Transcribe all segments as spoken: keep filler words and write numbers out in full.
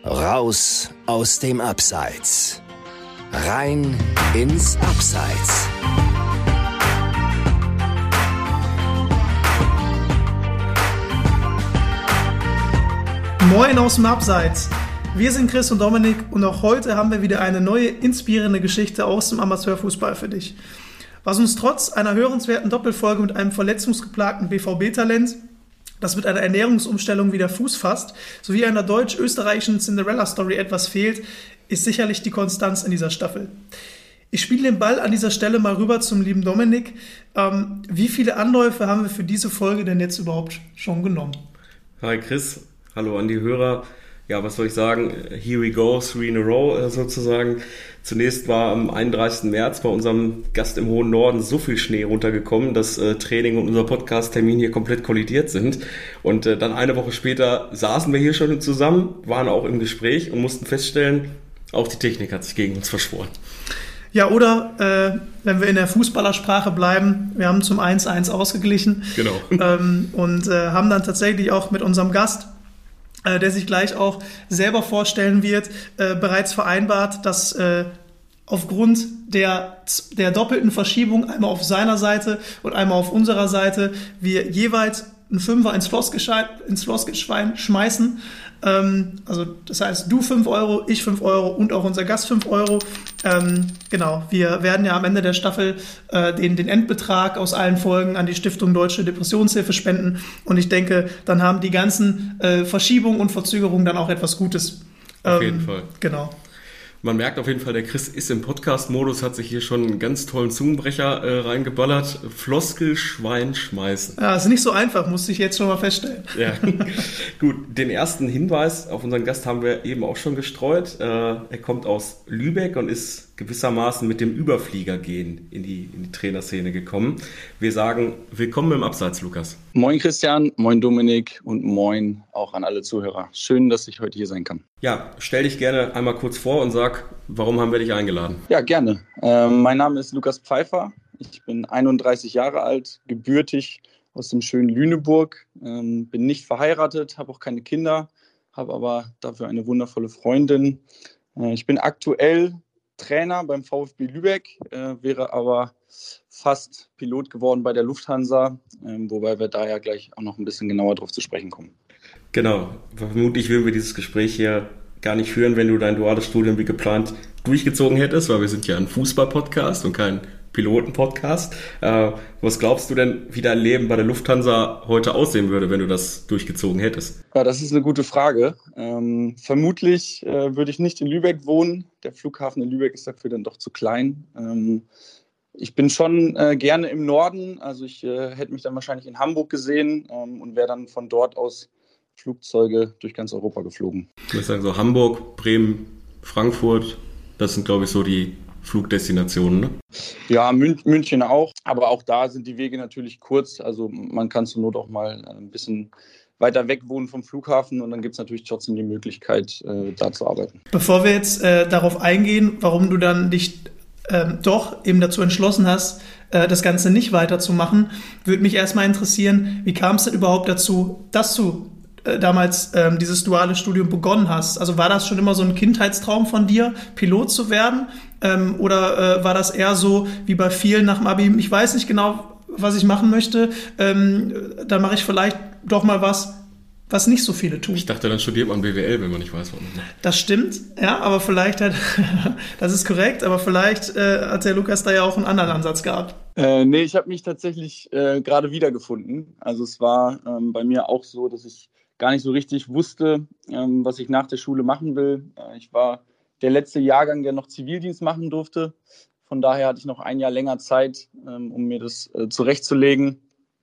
Raus aus dem Abseits. Rein ins Abseits. Moin aus dem Abseits. Wir sind Chris und Dominik und auch heute haben wir wieder eine neue inspirierende Geschichte aus dem Amateurfußball für dich. Was uns trotz einer hörenswerten Doppelfolge mit einem verletzungsgeplagten B V B-Talent, das mit einer Ernährungsumstellung wieder Fuß fasst, sowie einer deutsch-österreichischen Cinderella-Story etwas fehlt, ist sicherlich die Konstanz in dieser Staffel. Ich spiele den Ball an dieser Stelle mal rüber zum lieben Dominik. Ähm, wie viele Anläufe haben wir für diese Folge denn jetzt überhaupt schon genommen? Hi Chris, hallo an die Hörer. Ja, was soll ich sagen? Here we go, three in a row sozusagen. Zunächst war am einunddreißigsten März bei unserem Gast im hohen Norden so viel Schnee runtergekommen, dass äh, Training und unser Podcast-Termin hier komplett kollidiert sind. Und äh, dann eine Woche später saßen wir hier schon zusammen, waren auch im Gespräch und mussten feststellen, auch die Technik hat sich gegen uns verschworen. Ja, oder äh, wenn wir in der Fußballersprache bleiben, wir haben zum eins eins ausgeglichen. Genau. Ähm, und äh, haben dann tatsächlich auch mit unserem Gast, äh, der sich gleich auch selber vorstellen wird, äh, bereits vereinbart, dass äh, aufgrund der, der doppelten Verschiebung, einmal auf seiner Seite und einmal auf unserer Seite, wir jeweils einen Fünfer ins Floskelschwein, ins Floskelschwein schmeißen. Ähm, also das heißt, du fünf Euro, ich fünf Euro und auch unser Gast fünf Euro. Ähm, genau, wir werden ja am Ende der Staffel äh, den, den Endbetrag aus allen Folgen an die Stiftung Deutsche Depressionshilfe spenden. Und ich denke, dann haben die ganzen äh, Verschiebungen und Verzögerungen dann auch etwas Gutes. Auf ähm, jeden Fall. Genau. Man merkt auf jeden Fall, der Chris ist im Podcast-Modus, hat sich hier schon einen ganz tollen Zungenbrecher äh, reingeballert. Floskel, Schwein, schmeißen. Ja, ist nicht so einfach, musste ich jetzt schon mal feststellen. Ja, gut. Den ersten Hinweis auf unseren Gast haben wir eben auch schon gestreut. Äh, er kommt aus Lübeck und ist gewissermaßen mit dem Überfliegergehen in die, in die Trainerszene gekommen. Wir sagen willkommen im Abseits, Lukas. Moin Christian, moin Dominik und moin auch an alle Zuhörer. Schön, dass ich heute hier sein kann. Ja, stell dich gerne einmal kurz vor und sag, warum haben wir dich eingeladen? Ja, gerne. Ähm, mein Name ist Lukas Pfeiffer. Ich bin einunddreißig Jahre alt, gebürtig aus dem schönen Lüneburg. Ähm, bin nicht verheiratet, habe auch keine Kinder, habe aber dafür eine wundervolle Freundin. Äh, ich bin aktuell Trainer beim VfB Lübeck, äh, wäre aber fast Pilot geworden bei der Lufthansa, äh, wobei wir da ja gleich auch noch ein bisschen genauer drauf zu sprechen kommen. Genau, vermutlich würden wir dieses Gespräch hier gar nicht führen, wenn du dein duales Studium wie geplant durchgezogen hättest, weil wir sind ja ein Fußball-Podcast und kein Piloten-Podcast. Äh, was glaubst du denn, wie dein Leben bei der Lufthansa heute aussehen würde, wenn du das durchgezogen hättest? Ja, das ist eine gute Frage. Ähm, vermutlich äh, würde ich nicht in Lübeck wohnen. Der Flughafen in Lübeck ist dafür dann doch zu klein. Ähm, ich bin schon äh, gerne im Norden. Also ich äh, hätte mich dann wahrscheinlich in Hamburg gesehen ähm, und wäre dann von dort aus Flugzeuge durch ganz Europa geflogen. Ich würde sagen so Hamburg, Bremen, Frankfurt, das sind glaube ich so die Flugdestinationen, ne? Ja, Mün- München auch, aber auch da sind die Wege natürlich kurz, also man kann zur Not auch mal ein bisschen weiter weg wohnen vom Flughafen und dann gibt es natürlich trotzdem die Möglichkeit, äh, da zu arbeiten. Bevor wir jetzt äh, darauf eingehen, warum du dann dich ähm, doch eben dazu entschlossen hast, äh, das Ganze nicht weiterzumachen, würde mich erstmal interessieren, wie kam es denn überhaupt dazu, dass du damals ähm, dieses duale Studium begonnen hast? Also war das schon immer so ein Kindheitstraum von dir, Pilot zu werden? Ähm, oder äh, war das eher so wie bei vielen nach dem Abi, ich weiß nicht genau, was ich machen möchte, ähm, da mache ich vielleicht doch mal was, was nicht so viele tun. Ich dachte, dann studiert man B W L, wenn man nicht weiß, was man macht. Das stimmt, ja, aber vielleicht hat, das ist korrekt, aber vielleicht äh, hat der Lukas da ja auch einen anderen Ansatz gehabt. Äh, nee, ich habe mich tatsächlich äh, gerade wiedergefunden. Also es war ähm, bei mir auch so, dass ich gar nicht so richtig wusste, ähm, was ich nach der Schule machen will. Äh, ich war der letzte Jahrgang, der noch Zivildienst machen durfte. Von daher hatte ich noch ein Jahr länger Zeit, ähm, um mir das äh, zurechtzulegen.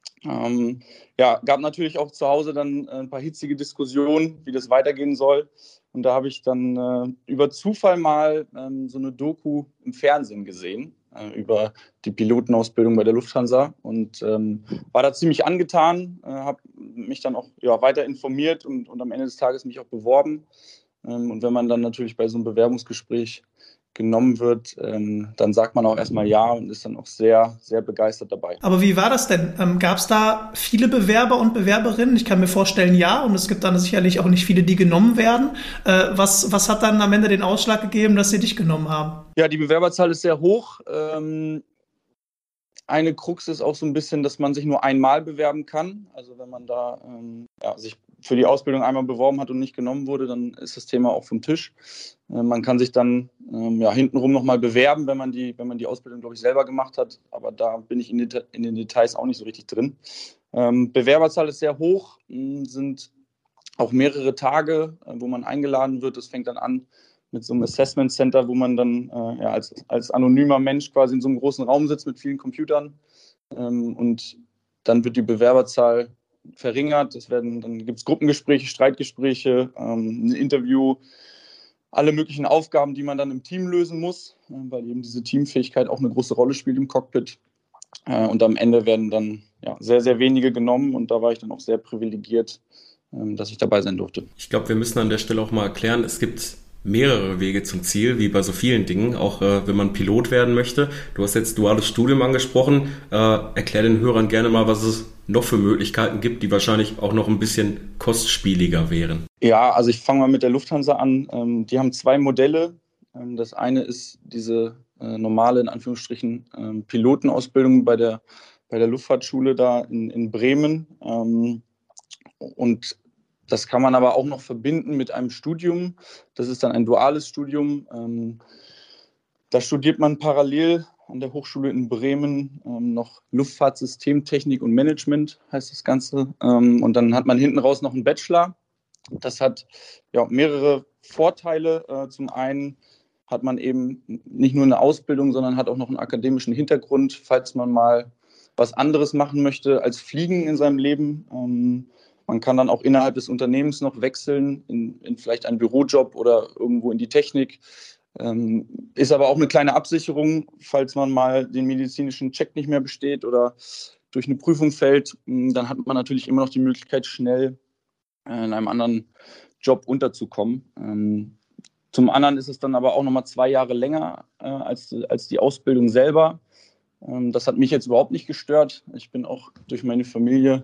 Ähm, ja, gab natürlich auch zu Hause dann äh, ein paar hitzige Diskussionen, wie das weitergehen soll. Und da habe ich dann äh, über Zufall mal ähm, so eine Doku im Fernsehen gesehen äh, über die Pilotenausbildung bei der Lufthansa und ähm, war da ziemlich angetan, äh, habe mich dann auch ja, weiter informiert und, und am Ende des Tages mich auch beworben. Ähm, und wenn man dann natürlich bei so einem Bewerbungsgespräch genommen wird, ähm, dann sagt man auch erstmal ja und ist dann auch sehr, sehr begeistert dabei. Aber wie war das denn? Ähm, Gab es da viele Bewerber und Bewerberinnen? Ich kann mir vorstellen, ja. Und es gibt dann sicherlich auch nicht viele, die genommen werden. Äh, was, was hat dann am Ende den Ausschlag gegeben, dass sie dich genommen haben? Ja, die Bewerberzahl ist sehr hoch. Ähm, eine Krux ist auch so ein bisschen, dass man sich nur einmal bewerben kann. Also wenn man da ähm, ja, sich für die Ausbildung einmal beworben hat und nicht genommen wurde, dann ist das Thema auch vom Tisch. Äh, man kann sich dann ähm, ja, hintenrum nochmal bewerben, wenn man die, wenn man die Ausbildung, glaube ich, selber gemacht hat. Aber da bin ich in, die, in den Details auch nicht so richtig drin. Ähm, Bewerberzahl ist sehr hoch, mh, sind auch mehrere Tage, äh, wo man eingeladen wird. Das fängt dann an mit so einem Assessment Center, wo man dann äh, ja, als, als anonymer Mensch quasi in so einem großen Raum sitzt mit vielen Computern. Ähm, und dann wird die Bewerberzahl verringert. Es werden, dann gibt es Gruppengespräche, Streitgespräche, ähm, ein Interview, alle möglichen Aufgaben, die man dann im Team lösen muss, äh, weil eben diese Teamfähigkeit auch eine große Rolle spielt im Cockpit. Äh, und am Ende werden dann ja, sehr, sehr wenige genommen und da war ich dann auch sehr privilegiert, äh, dass ich dabei sein durfte. Ich glaube, wir müssen an der Stelle auch mal erklären, es gibt mehrere Wege zum Ziel, wie bei so vielen Dingen, auch äh, wenn man Pilot werden möchte. Du hast jetzt duales Studium angesprochen. Äh, erklär den Hörern gerne mal, was es noch für Möglichkeiten gibt, die wahrscheinlich auch noch ein bisschen kostspieliger wären. Ja, also ich fange mal mit der Lufthansa an. Ähm, die haben zwei Modelle. Ähm, das eine ist diese äh, normale, in Anführungsstrichen, ähm, Pilotenausbildung bei der, bei der Luftfahrtschule da in, in Bremen. Ähm, und das kann man aber auch noch verbinden mit einem Studium. Das ist dann ein duales Studium. Ähm, da studiert man parallel an der Hochschule in Bremen ähm, noch Luftfahrtsystemtechnik und Management, heißt das Ganze. Ähm, und dann hat man hinten raus noch einen Bachelor. Das hat ja mehrere Vorteile. Äh, zum einen hat man eben nicht nur eine Ausbildung, sondern hat auch noch einen akademischen Hintergrund, falls man mal was anderes machen möchte als Fliegen in seinem Leben. Ähm, Man kann dann auch innerhalb des Unternehmens noch wechseln in, in vielleicht einen Bürojob oder irgendwo in die Technik. Ähm, ist aber auch eine kleine Absicherung, falls man mal den medizinischen Check nicht mehr besteht oder durch eine Prüfung fällt. Dann hat man natürlich immer noch die Möglichkeit, schnell äh, in einem anderen Job unterzukommen. Ähm, zum anderen ist es dann aber auch nochmal zwei Jahre länger äh, als, als die Ausbildung selber. Ähm, das hat mich jetzt überhaupt nicht gestört. Ich bin auch durch meine Familie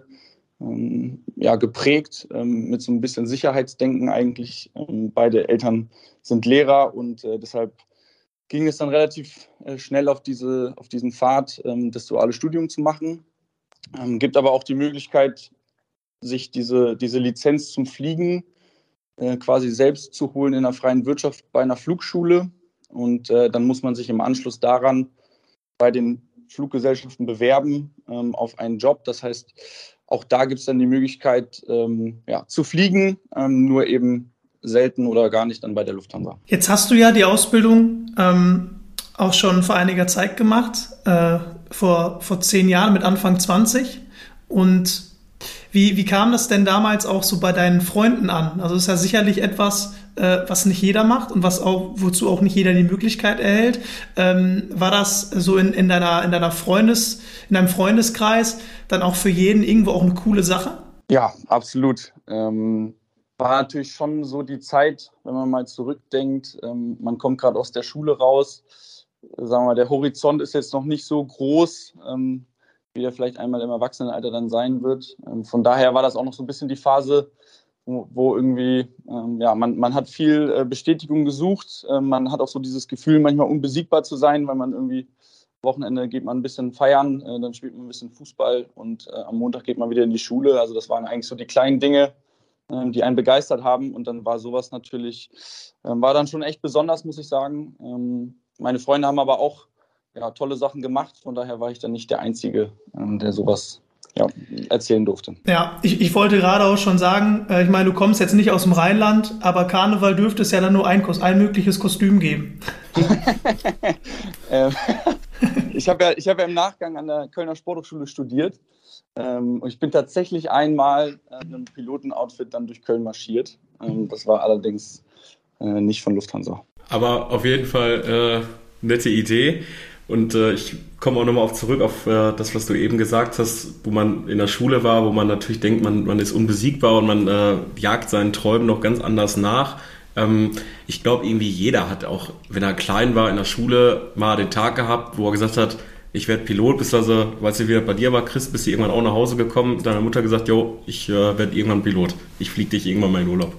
Ähm, ja, geprägt, ähm, mit so ein bisschen Sicherheitsdenken eigentlich. Ähm, beide Eltern sind Lehrer und äh, deshalb ging es dann relativ äh, schnell auf, diese, auf diesen Pfad, ähm, das duale Studium zu machen. Ähm, gibt aber auch die Möglichkeit, sich diese, diese Lizenz zum Fliegen äh, quasi selbst zu holen in der freien Wirtschaft bei einer Flugschule. Und äh, dann muss man sich im Anschluss daran bei den Fluggesellschaften bewerben ähm, auf einen Job. Das heißt, auch da gibt es dann die Möglichkeit, ähm, ja, zu fliegen, ähm, nur eben selten oder gar nicht dann bei der Lufthansa. Jetzt hast du ja die Ausbildung ähm, auch schon vor einiger Zeit gemacht, äh, vor, vor zehn Jahren mit Anfang zwanzig. Und wie, wie kam das denn damals auch so bei deinen Freunden an? Also es ist ja sicherlich etwas, äh, was nicht jeder macht und was auch, wozu auch nicht jeder die Möglichkeit erhält. Ähm, war das so in, in deiner, in deiner Freundes, in deinem Freundeskreis dann auch für jeden irgendwo auch eine coole Sache? Ja, absolut. Ähm, war natürlich schon so die Zeit, wenn man mal zurückdenkt, ähm, man kommt gerade aus der Schule raus, sagen wir mal, der Horizont ist jetzt noch nicht so groß, ähm, wie der vielleicht einmal im Erwachsenenalter dann sein wird. Ähm, von daher war das auch noch so ein bisschen die Phase, wo, wo irgendwie, ähm, ja, man, man hat viel äh, Bestätigung gesucht, äh, man hat auch so dieses Gefühl, manchmal unbesiegbar zu sein, weil man irgendwie Wochenende geht man ein bisschen feiern, äh, dann spielt man ein bisschen Fußball und äh, am Montag geht man wieder in die Schule. Also das waren eigentlich so die kleinen Dinge, äh, die einen begeistert haben. Und dann war sowas natürlich, äh, war dann schon echt besonders, muss ich sagen. Ähm, meine Freunde haben aber auch ja, tolle Sachen gemacht. Von daher war ich dann nicht der Einzige, äh, der sowas ja, erzählen durfte. Ja, ich, ich wollte gerade auch schon sagen, äh, ich meine, du kommst jetzt nicht aus dem Rheinland, aber Karneval dürfte es ja dann nur ein, ein mögliches Kostüm geben. ähm, ich habe ja, ich hab ja im Nachgang an der Kölner Sporthochschule studiert ähm, und ich bin tatsächlich einmal äh, in einem Pilotenoutfit dann durch Köln marschiert. Ähm, das war allerdings äh, nicht von Lufthansa. Aber auf jeden Fall äh, nette Idee. Und äh, ich komme auch nochmal auf zurück auf äh, das, was du eben gesagt hast, wo man in der Schule war, wo man natürlich denkt, man, man ist unbesiegbar und man äh, jagt seinen Träumen noch ganz anders nach. Ähm, ich glaube, irgendwie jeder hat auch, wenn er klein war in der Schule, mal den Tag gehabt, wo er gesagt hat, ich werde Pilot, bis also, weißt du, wie das bei dir war, Chris, bist du irgendwann auch nach Hause gekommen, deiner Mutter gesagt, jo, ich äh, werde irgendwann Pilot. Ich fliege dich irgendwann mal in Urlaub.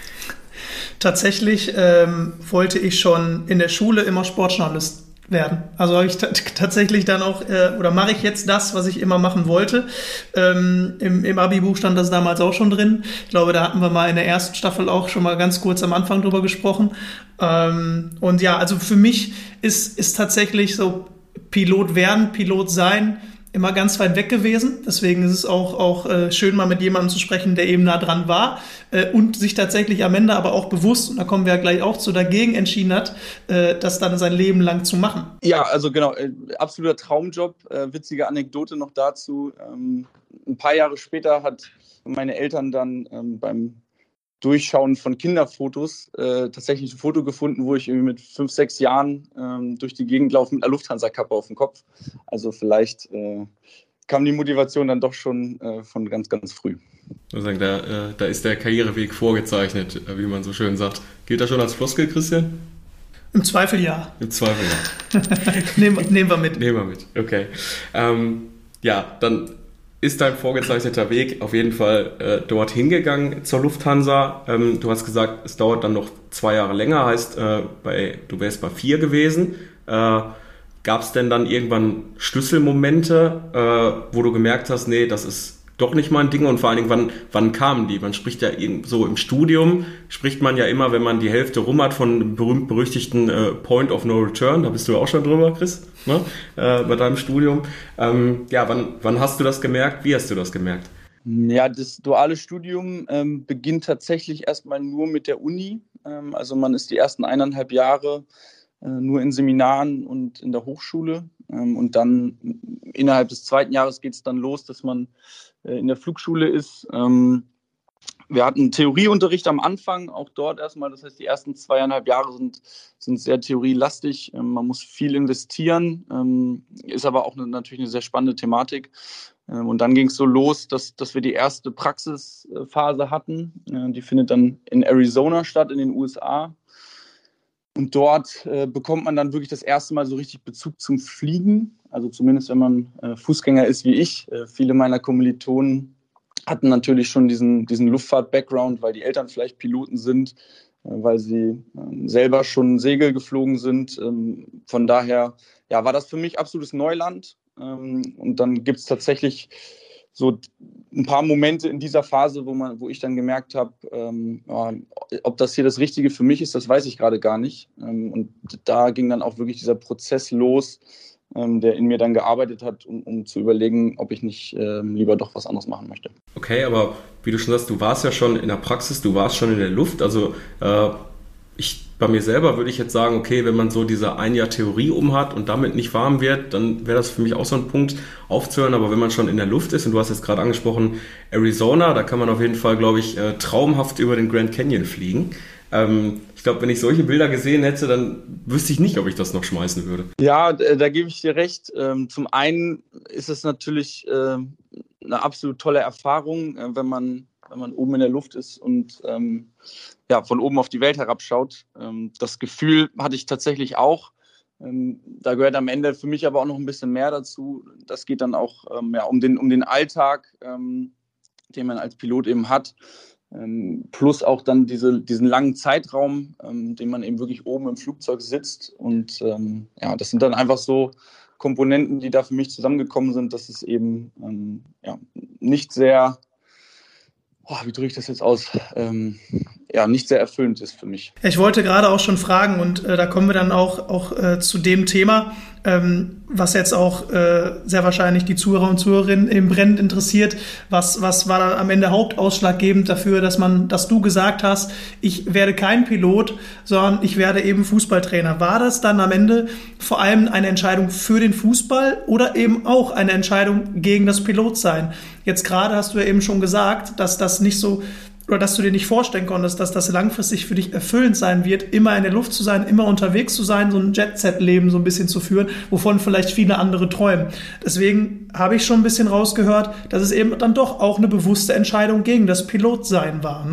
Tatsächlich ähm, wollte ich schon in der Schule immer Sportjournalist werden. Also habe ich t- tatsächlich dann auch, äh, oder mache ich jetzt das, was ich immer machen wollte. Ähm, im, Im Abi-Buch stand das damals auch schon drin. Ich glaube, da hatten wir mal in der ersten Staffel auch schon mal ganz kurz am Anfang drüber gesprochen. Ähm, und ja, also für mich ist, ist tatsächlich so Pilot werden, Pilot sein immer ganz weit weg gewesen. Deswegen ist es auch, auch äh, schön, mal mit jemandem zu sprechen, der eben nah dran war äh, und sich tatsächlich am Ende aber auch bewusst, und da kommen wir ja gleich auch zu, dagegen entschieden hat, äh, das dann sein Leben lang zu machen. Ja, also genau, äh, absoluter Traumjob. Äh, witzige Anekdote noch dazu. Ähm, ein paar Jahre später hat meine Eltern dann ähm, beim Durchschauen von Kinderfotos äh, tatsächlich ein Foto gefunden, wo ich irgendwie mit fünf, sechs Jahren ähm, durch die Gegend laufe mit einer Lufthansa-Kappe auf dem Kopf. Also vielleicht äh, kam die Motivation dann doch schon äh, von ganz, ganz früh. Also sagen, da, äh, da ist der Karriereweg vorgezeichnet, wie man so schön sagt. Gilt das schon als Floskel, Christian? Im Zweifel ja. Im Zweifel ja. nehmen, nehmen wir mit. Nehmen wir mit, okay. Ähm, ja, dann ist dein vorgezeichneter Weg auf jeden Fall äh, dorthin gegangen zur Lufthansa. Ähm, du hast gesagt, es dauert dann noch zwei Jahre länger, heißt, äh, bei, du wärst bei vier gewesen. Äh, Gab es denn dann irgendwann Schlüsselmomente, äh, wo du gemerkt hast, nee, das ist doch nicht mein Ding, und vor allen Dingen, wann, wann kamen die? Man spricht ja so im Studium, spricht man ja immer, wenn man die Hälfte rum hat, von dem berühmt-berüchtigten äh, Point of No Return, da bist du ja auch schon drüber, Chris, ne? äh, bei deinem Studium. Ähm, ja, wann, wann hast du das gemerkt? Wie hast du das gemerkt? Ja, das duale Studium ähm, beginnt tatsächlich erstmal nur mit der Uni. Ähm, also man ist die ersten eineinhalb Jahre äh, nur in Seminaren und in der Hochschule. Ähm, und dann innerhalb des zweiten Jahres geht es dann los, dass man in der Flugschule ist. Wir hatten Theorieunterricht am Anfang, auch dort erstmal. Das heißt, die ersten zweieinhalb Jahre sind, sind sehr theorielastig. Man muss viel investieren, ist aber auch eine, natürlich eine sehr spannende Thematik. Und dann ging es so los, dass, dass wir die erste Praxisphase hatten. Die findet dann in Arizona statt, in den U S A. Und dort äh, bekommt man dann wirklich das erste Mal so richtig Bezug zum Fliegen. Also zumindest, wenn man äh, Fußgänger ist wie ich. Äh, viele meiner Kommilitonen hatten natürlich schon diesen, diesen Luftfahrt-Background, weil die Eltern vielleicht Piloten sind, äh, weil sie äh, selber schon Segel geflogen sind. Ähm, von daher ja, war das für mich absolutes Neuland. Ähm, und dann gibt es tatsächlich so ein paar Momente in dieser Phase, wo man, wo ich dann gemerkt habe, ähm, ja, ob das hier das Richtige für mich ist, das weiß ich gerade gar nicht. Ähm, und da ging dann auch wirklich dieser Prozess los, ähm, der in mir dann gearbeitet hat, um, um zu überlegen, ob ich nicht ähm, lieber doch was anderes machen möchte. Okay, aber wie du schon sagst, du warst ja schon in der Praxis, du warst schon in der Luft. Also äh, ich bei mir selber würde ich jetzt sagen, okay, wenn man so diese ein Jahr Theorie um hat und damit nicht warm wird, dann wäre das für mich auch so ein Punkt aufzuhören. Aber wenn man schon in der Luft ist, und du hast jetzt gerade angesprochen Arizona, da kann man auf jeden Fall, glaube ich, äh, traumhaft über den Grand Canyon fliegen. Ähm, ich glaube, wenn ich solche Bilder gesehen hätte, dann wüsste ich nicht, ob ich das noch schmeißen würde. Ja, da, da gebe ich dir recht. Ähm, zum einen ist es natürlich äh, eine absolut tolle Erfahrung, äh, wenn man wenn man oben in der Luft ist und ähm, ja, von oben auf die Welt herabschaut. Ähm, das Gefühl hatte ich tatsächlich auch. Ähm, da gehört am Ende für mich aber auch noch ein bisschen mehr dazu. Das geht dann auch ähm, ja, um den, um den Alltag, ähm, den man als Pilot eben hat. Ähm, plus auch dann diese, diesen langen Zeitraum, ähm, den man eben wirklich oben im Flugzeug sitzt. Und ähm, ja, das sind dann einfach so Komponenten, die da für mich zusammengekommen sind, dass es eben ähm, ja, nicht sehr... Oh, wie drücke ich das jetzt aus? Ähm, ja, nicht sehr erfüllend ist für mich. Ich wollte gerade auch schon fragen, und äh, da kommen wir dann auch, auch äh, zu dem Thema, ähm, was jetzt auch äh, sehr wahrscheinlich die Zuhörer und Zuhörerinnen eben brennend interessiert. Was, was war dann am Ende hauptausschlaggebend dafür, dass man, dass du gesagt hast, ich werde kein Pilot, sondern ich werde eben Fußballtrainer? War das dann am Ende vor allem eine Entscheidung für den Fußball oder eben auch eine Entscheidung gegen das Pilotsein? Jetzt gerade hast du ja eben schon gesagt, dass das nicht so, oder dass du dir nicht vorstellen konntest, dass das langfristig für dich erfüllend sein wird, immer in der Luft zu sein, immer unterwegs zu sein, so ein Jet-Set-Leben so ein bisschen zu führen, wovon vielleicht viele andere träumen. Deswegen habe ich schon ein bisschen rausgehört, dass es eben dann doch auch eine bewusste Entscheidung gegen das Pilotsein war, ne?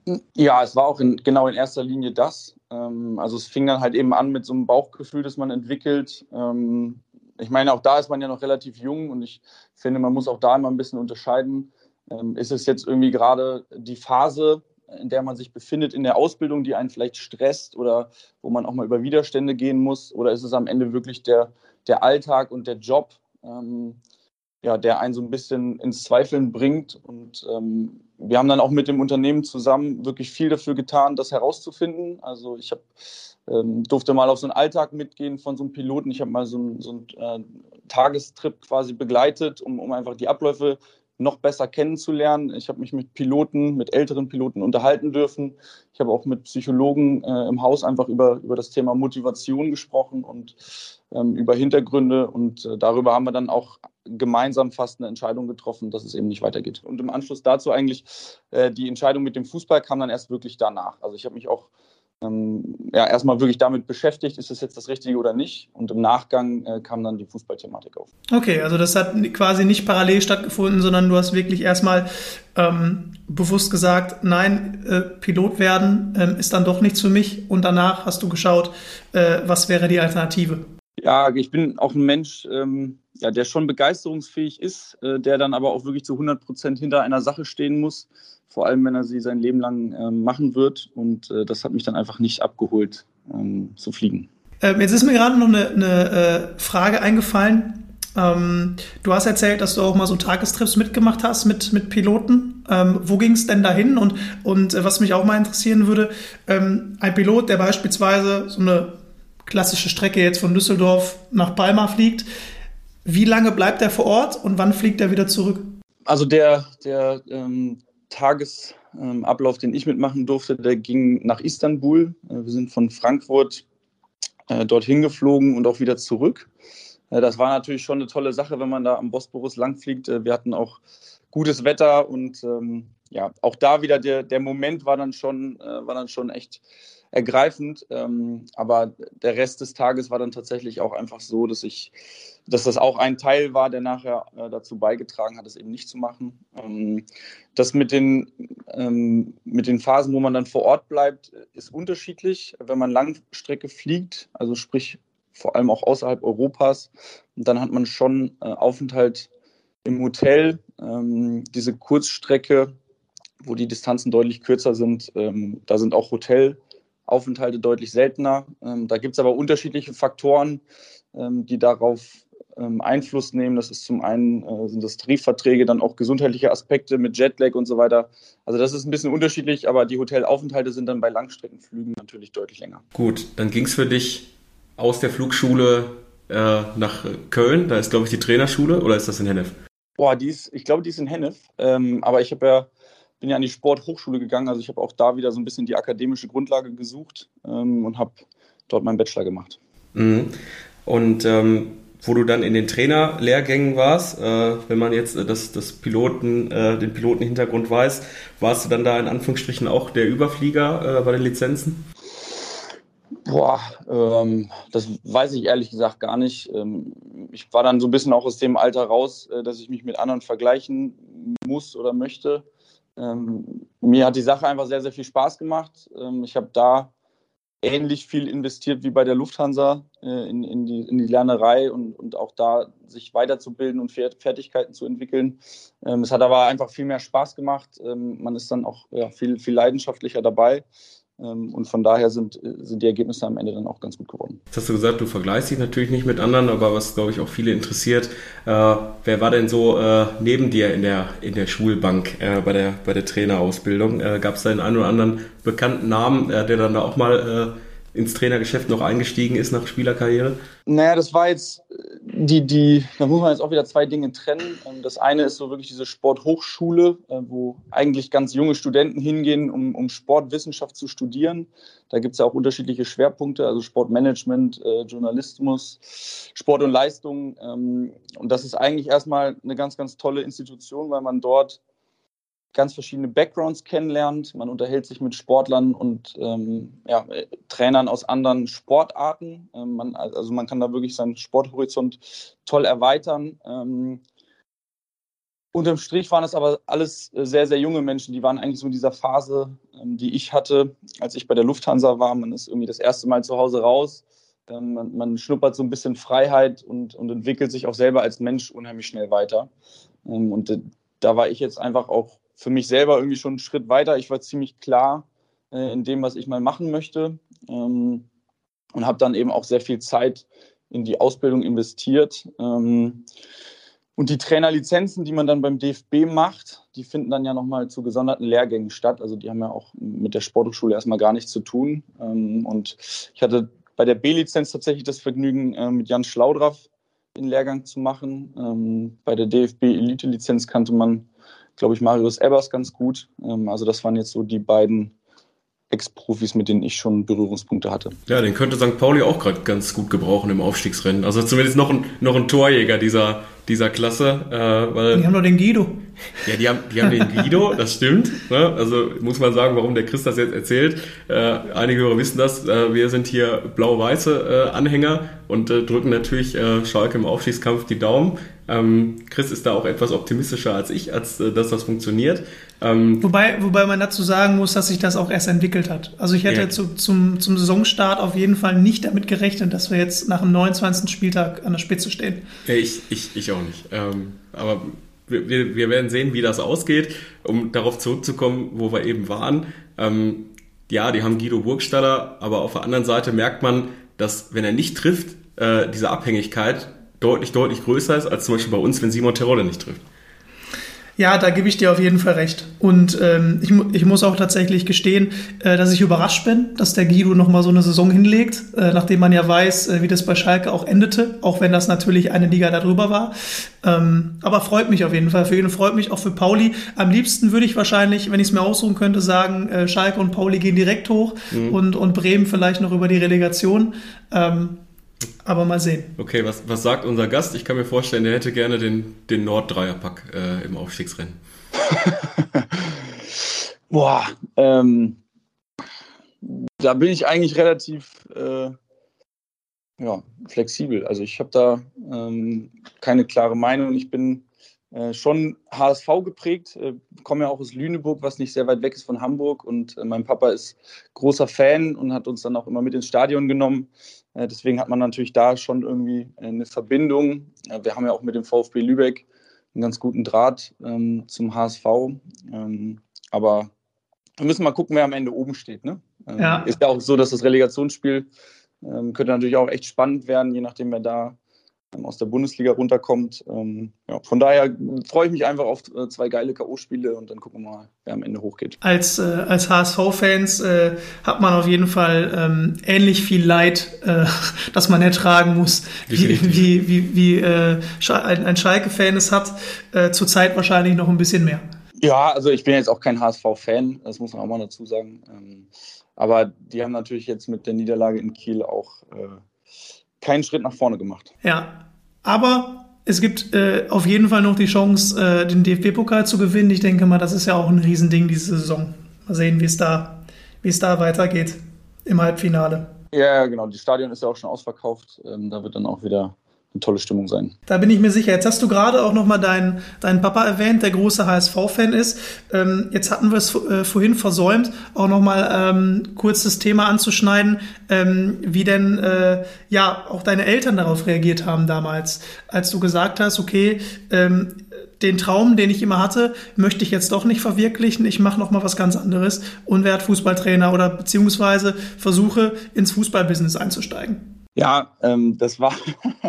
Ja, es war auch in, genau in erster Linie das. Ähm, also es fing dann halt eben an mit so einem Bauchgefühl, das man entwickelt. Ähm, ich meine, auch da ist man ja noch relativ jung und ich finde, man muss auch da immer ein bisschen unterscheiden. Ähm, ist es jetzt irgendwie gerade die Phase, in der man sich befindet in der Ausbildung, die einen vielleicht stresst oder wo man auch mal über Widerstände gehen muss? Oder ist es am Ende wirklich der, der Alltag und der Job? Ähm, ja, der einen so ein bisschen ins Zweifeln bringt. Und ähm, wir haben dann auch mit dem Unternehmen zusammen wirklich viel dafür getan, das herauszufinden. Also ich hab, ähm, durfte mal auf so einen Alltag mitgehen von so einem Piloten. Ich habe mal so einen, so einen äh, Tagestrip quasi begleitet, um, um einfach die Abläufe noch besser kennenzulernen. Ich habe mich mit Piloten, mit älteren Piloten unterhalten dürfen. Ich habe auch mit Psychologen äh, im Haus einfach über, über das Thema Motivation gesprochen und ähm, über Hintergründe. Und äh, darüber haben wir dann auch gemeinsam fast eine Entscheidung getroffen, dass es eben nicht weitergeht. Und im Anschluss dazu eigentlich äh, die Entscheidung mit dem Fußball kam dann erst wirklich danach. Also ich habe mich auch ähm, ja, erstmal wirklich damit beschäftigt, ist das jetzt das Richtige oder nicht. Und im Nachgang äh, kam dann die Fußballthematik auf. Okay, also das hat quasi nicht parallel stattgefunden, sondern du hast wirklich erstmal ähm, bewusst gesagt, nein, äh, Pilot werden ähm, ist dann doch nichts für mich. Und danach hast du geschaut, äh, was wäre die Alternative? Ja, ich bin auch ein Mensch, ähm, ja, der schon begeisterungsfähig ist, äh, der dann aber auch wirklich zu hundert Prozent hinter einer Sache stehen muss, vor allem wenn er sie sein Leben lang äh, machen wird. Und äh, das hat mich dann einfach nicht abgeholt, ähm, zu fliegen. Ähm, jetzt ist mir gerade noch eine, eine äh, Frage eingefallen. Ähm, du hast erzählt, dass du auch mal so Tagestrips mitgemacht hast mit, mit Piloten. Ähm, wo ging es denn dahin? Und, und äh, was mich auch mal interessieren würde, ähm, ein Pilot, der beispielsweise so eine klassische Strecke jetzt von Düsseldorf nach Palma fliegt, wie lange bleibt er vor Ort und wann fliegt er wieder zurück? Also der, der ähm, Tagesablauf, ähm, den ich mitmachen durfte, der ging nach Istanbul. Äh, wir sind von Frankfurt äh, dorthin geflogen und auch wieder zurück. Äh, das war natürlich schon eine tolle Sache, wenn man da am Bosporus langfliegt. Äh, wir hatten auch gutes Wetter und ähm, ja, auch da wieder der, der Moment war dann schon, äh, war dann schon echt ergreifend. Ähm, aber der Rest des Tages war dann tatsächlich auch einfach so, dass ich, dass das auch ein Teil war, der nachher äh, dazu beigetragen hat, es eben nicht zu machen. Ähm, das mit den, ähm, mit den Phasen, wo man dann vor Ort bleibt, ist unterschiedlich. Wenn man Langstrecke fliegt, also sprich vor allem auch außerhalb Europas, dann hat man schon äh, Aufenthalt im Hotel. Ähm, diese Kurzstrecke, wo die Distanzen deutlich kürzer sind, ähm, da sind auch Hotelaufenthalte deutlich seltener. Ähm, da gibt es aber unterschiedliche Faktoren, ähm, die darauf ähm, Einfluss nehmen. Das ist zum einen äh, sind das Tarifverträge, dann auch gesundheitliche Aspekte mit Jetlag und so weiter. Also das ist ein bisschen unterschiedlich, aber die Hotelaufenthalte sind dann bei Langstreckenflügen natürlich deutlich länger. Gut, dann ging es für dich aus der Flugschule äh, nach Köln. Da ist, glaube ich, die Trainerschule, oder ist das in Hennef? Boah, die ist, ich glaube, die ist in Hennef. Ähm, aber ich habe ja bin ja an die Sporthochschule gegangen, also ich habe auch da wieder so ein bisschen die akademische Grundlage gesucht ähm, und habe dort meinen Bachelor gemacht. Mhm. Und ähm, wo du dann in den Trainerlehrgängen warst, äh, wenn man jetzt äh, das, das Piloten, äh, den Pilotenhintergrund weiß, warst du dann da in Anführungsstrichen auch der Überflieger äh, bei den Lizenzen? Boah, ähm, das weiß ich ehrlich gesagt gar nicht. Ähm, ich war dann so ein bisschen auch aus dem Alter raus, äh, dass ich mich mit anderen vergleichen muss oder möchte. Ähm, mir hat die Sache einfach sehr, sehr viel Spaß gemacht. Ähm, ich habe da ähnlich viel investiert wie bei der Lufthansa äh, in, in, die, in die Lernerei und, und auch da sich weiterzubilden und Fertigkeiten zu entwickeln. Ähm, es hat aber einfach viel mehr Spaß gemacht. Ähm, man ist dann auch ja, viel, viel leidenschaftlicher dabei. Und von daher sind, sind die Ergebnisse am Ende dann auch ganz gut geworden. Jetzt hast du gesagt, du vergleichst dich natürlich nicht mit anderen, aber was, glaube ich, auch viele interessiert, äh, wer war denn so äh, neben dir in der, in der Schulbank äh, bei, der, bei der Trainerausbildung? Äh, Gab es da den einen oder anderen bekannten Namen, äh, der dann da auch mal äh, ins Trainergeschäft noch eingestiegen ist nach Spielerkarriere? Naja, das war jetzt die, die, da muss man jetzt auch wieder zwei Dinge trennen. Das eine ist so wirklich diese Sporthochschule, wo eigentlich ganz junge Studenten hingehen, um, um Sportwissenschaft zu studieren. Da gibt es ja auch unterschiedliche Schwerpunkte, also Sportmanagement, äh, Journalismus, Sport und Leistung. Ähm, und das ist eigentlich erstmal eine ganz, ganz tolle Institution, weil man dort ganz verschiedene Backgrounds kennenlernt. Man unterhält sich mit Sportlern und ähm, ja, Trainern aus anderen Sportarten. Ähm, man, also man kann da wirklich seinen Sporthorizont toll erweitern. Ähm, Unterm Strich waren das aber alles sehr, sehr junge Menschen. Die waren eigentlich so in dieser Phase, die ich hatte, als ich bei der Lufthansa war. Man ist irgendwie das erste Mal zu Hause raus. Man, man schnuppert so ein bisschen Freiheit und, und entwickelt sich auch selber als Mensch unheimlich schnell weiter. Und da war ich jetzt einfach auch für mich selber irgendwie schon einen Schritt weiter. Ich war ziemlich klar in dem, was ich mal machen möchte. Und habe dann eben auch sehr viel Zeit in die Ausbildung investiert. Und die Trainerlizenzen, die man dann beim D F B macht, die finden dann ja nochmal zu gesonderten Lehrgängen statt. Also die haben ja auch mit der Sporthochschule erstmal gar nichts zu tun. Und ich hatte bei der B-Lizenz tatsächlich das Vergnügen, mit Jan Schlaudraff den Lehrgang zu machen. Bei der D F B-Elite-Lizenz kannte man, glaube ich, Marius Ebbers ganz gut. Also das waren jetzt so die beiden Ex-Profis, mit denen ich schon Berührungspunkte hatte. Ja, den könnte Sankt Pauli auch gerade ganz gut gebrauchen im Aufstiegsrennen. Also zumindest noch ein, noch ein Torjäger dieser, dieser Klasse. Äh, weil, die haben doch den Guido. Ja, die haben, die haben den Guido, das stimmt. Ne? Also muss man sagen, warum der Chris das jetzt erzählt. Äh, einige Hörer wissen das. Äh, wir sind hier blau-weiße äh, Anhänger und äh, drücken natürlich äh, Schalke im Aufstiegskampf die Daumen. Ähm, Chris ist da auch etwas optimistischer als ich, als äh, dass das funktioniert. Ähm, wobei, wobei man dazu sagen muss, dass sich das auch erst entwickelt hat. Also ich hätte ja. zu, zum, zum Saisonstart auf jeden Fall nicht damit gerechnet, dass wir jetzt nach dem neunundzwanzigsten Spieltag an der Spitze stehen. Ja, ich, ich, ich auch nicht. Ähm, aber wir, wir werden sehen, wie das ausgeht. Um darauf zurückzukommen, wo wir eben waren. Ähm, ja, die haben Guido Burgstaller, aber auf der anderen Seite merkt man, dass, wenn er nicht trifft, äh, diese Abhängigkeit deutlich, deutlich größer ist, als zum Beispiel bei uns, wenn Simon Terodde nicht trifft. Ja, da gebe ich dir auf jeden Fall recht. Und ähm, ich, ich muss auch tatsächlich gestehen, äh, dass ich überrascht bin, dass der Guido nochmal so eine Saison hinlegt, äh, nachdem man ja weiß, äh, wie das bei Schalke auch endete, auch wenn das natürlich eine Liga darüber war. Ähm, aber freut mich auf jeden Fall. Für ihn freut mich auch für Pauli. Am liebsten würde ich wahrscheinlich, wenn ich es mir aussuchen könnte, sagen, äh, Schalke und Pauli gehen direkt hoch mhm. und, und Bremen vielleicht noch über die Relegation. Ähm, Aber mal sehen. Okay, was, was sagt unser Gast? Ich kann mir vorstellen, der hätte gerne den, den Nord-Dreierpack äh, im Aufstiegsrennen. Boah, ähm, da bin ich eigentlich relativ äh, ja, flexibel. Also ich habe da ähm, keine klare Meinung. Ich bin äh, schon H S V geprägt, äh, komme ja auch aus Lüneburg, was nicht sehr weit weg ist von Hamburg. Und äh, mein Papa ist großer Fan und hat uns dann auch immer mit ins Stadion genommen. Deswegen hat man natürlich da schon irgendwie eine Verbindung. Wir haben ja auch mit dem VfB Lübeck einen ganz guten Draht ähm, zum H S V. Ähm, aber wir müssen mal gucken, wer am Ende oben steht. Ne? Ähm, ja. Ist ja auch so, dass das Relegationsspiel ähm, könnte natürlich auch echt spannend werden, je nachdem, wer da ähm, aus der Bundesliga runterkommt. Ähm, ja, von daher freue ich mich einfach auf äh, zwei geile K O-Spiele und dann gucken wir mal, wer am Ende hochgeht. Als, äh, als H S V-Fans äh, hat man auf jeden Fall ähm, ähnlich viel Leid, äh, das man ertragen muss, wie, wie, wie, wie äh, ein, ein Schalke-Fan es hat. Äh, zurzeit wahrscheinlich noch ein bisschen mehr. Ja, also ich bin jetzt auch kein H S V-Fan, das muss man auch mal dazu sagen. Ähm, aber die haben natürlich jetzt mit der Niederlage in Kiel auch äh, keinen Schritt nach vorne gemacht. Ja, aber es gibt äh, auf jeden Fall noch die Chance, äh, den D F B-Pokal zu gewinnen. Ich denke mal, das ist ja auch ein Riesending diese Saison. Mal sehen, wie es da, wie es da weitergeht im Halbfinale. Ja, genau. Das Stadion ist ja auch schon ausverkauft. Ähm, da wird dann auch wieder eine tolle Stimmung sein. Da bin ich mir sicher. Jetzt hast du gerade auch nochmal deinen, deinen Papa erwähnt, der große H S V-Fan ist. Ähm, jetzt hatten wir es äh, vorhin versäumt, auch nochmal ähm, kurz das Thema anzuschneiden, ähm, wie denn äh, ja auch deine Eltern darauf reagiert haben damals, als du gesagt hast, okay, ähm, den Traum, den ich immer hatte, möchte ich jetzt doch nicht verwirklichen. Ich mache nochmal was ganz anderes und werde Fußballtrainer oder beziehungsweise versuche, ins Fußballbusiness einzusteigen. Ja, ähm, das war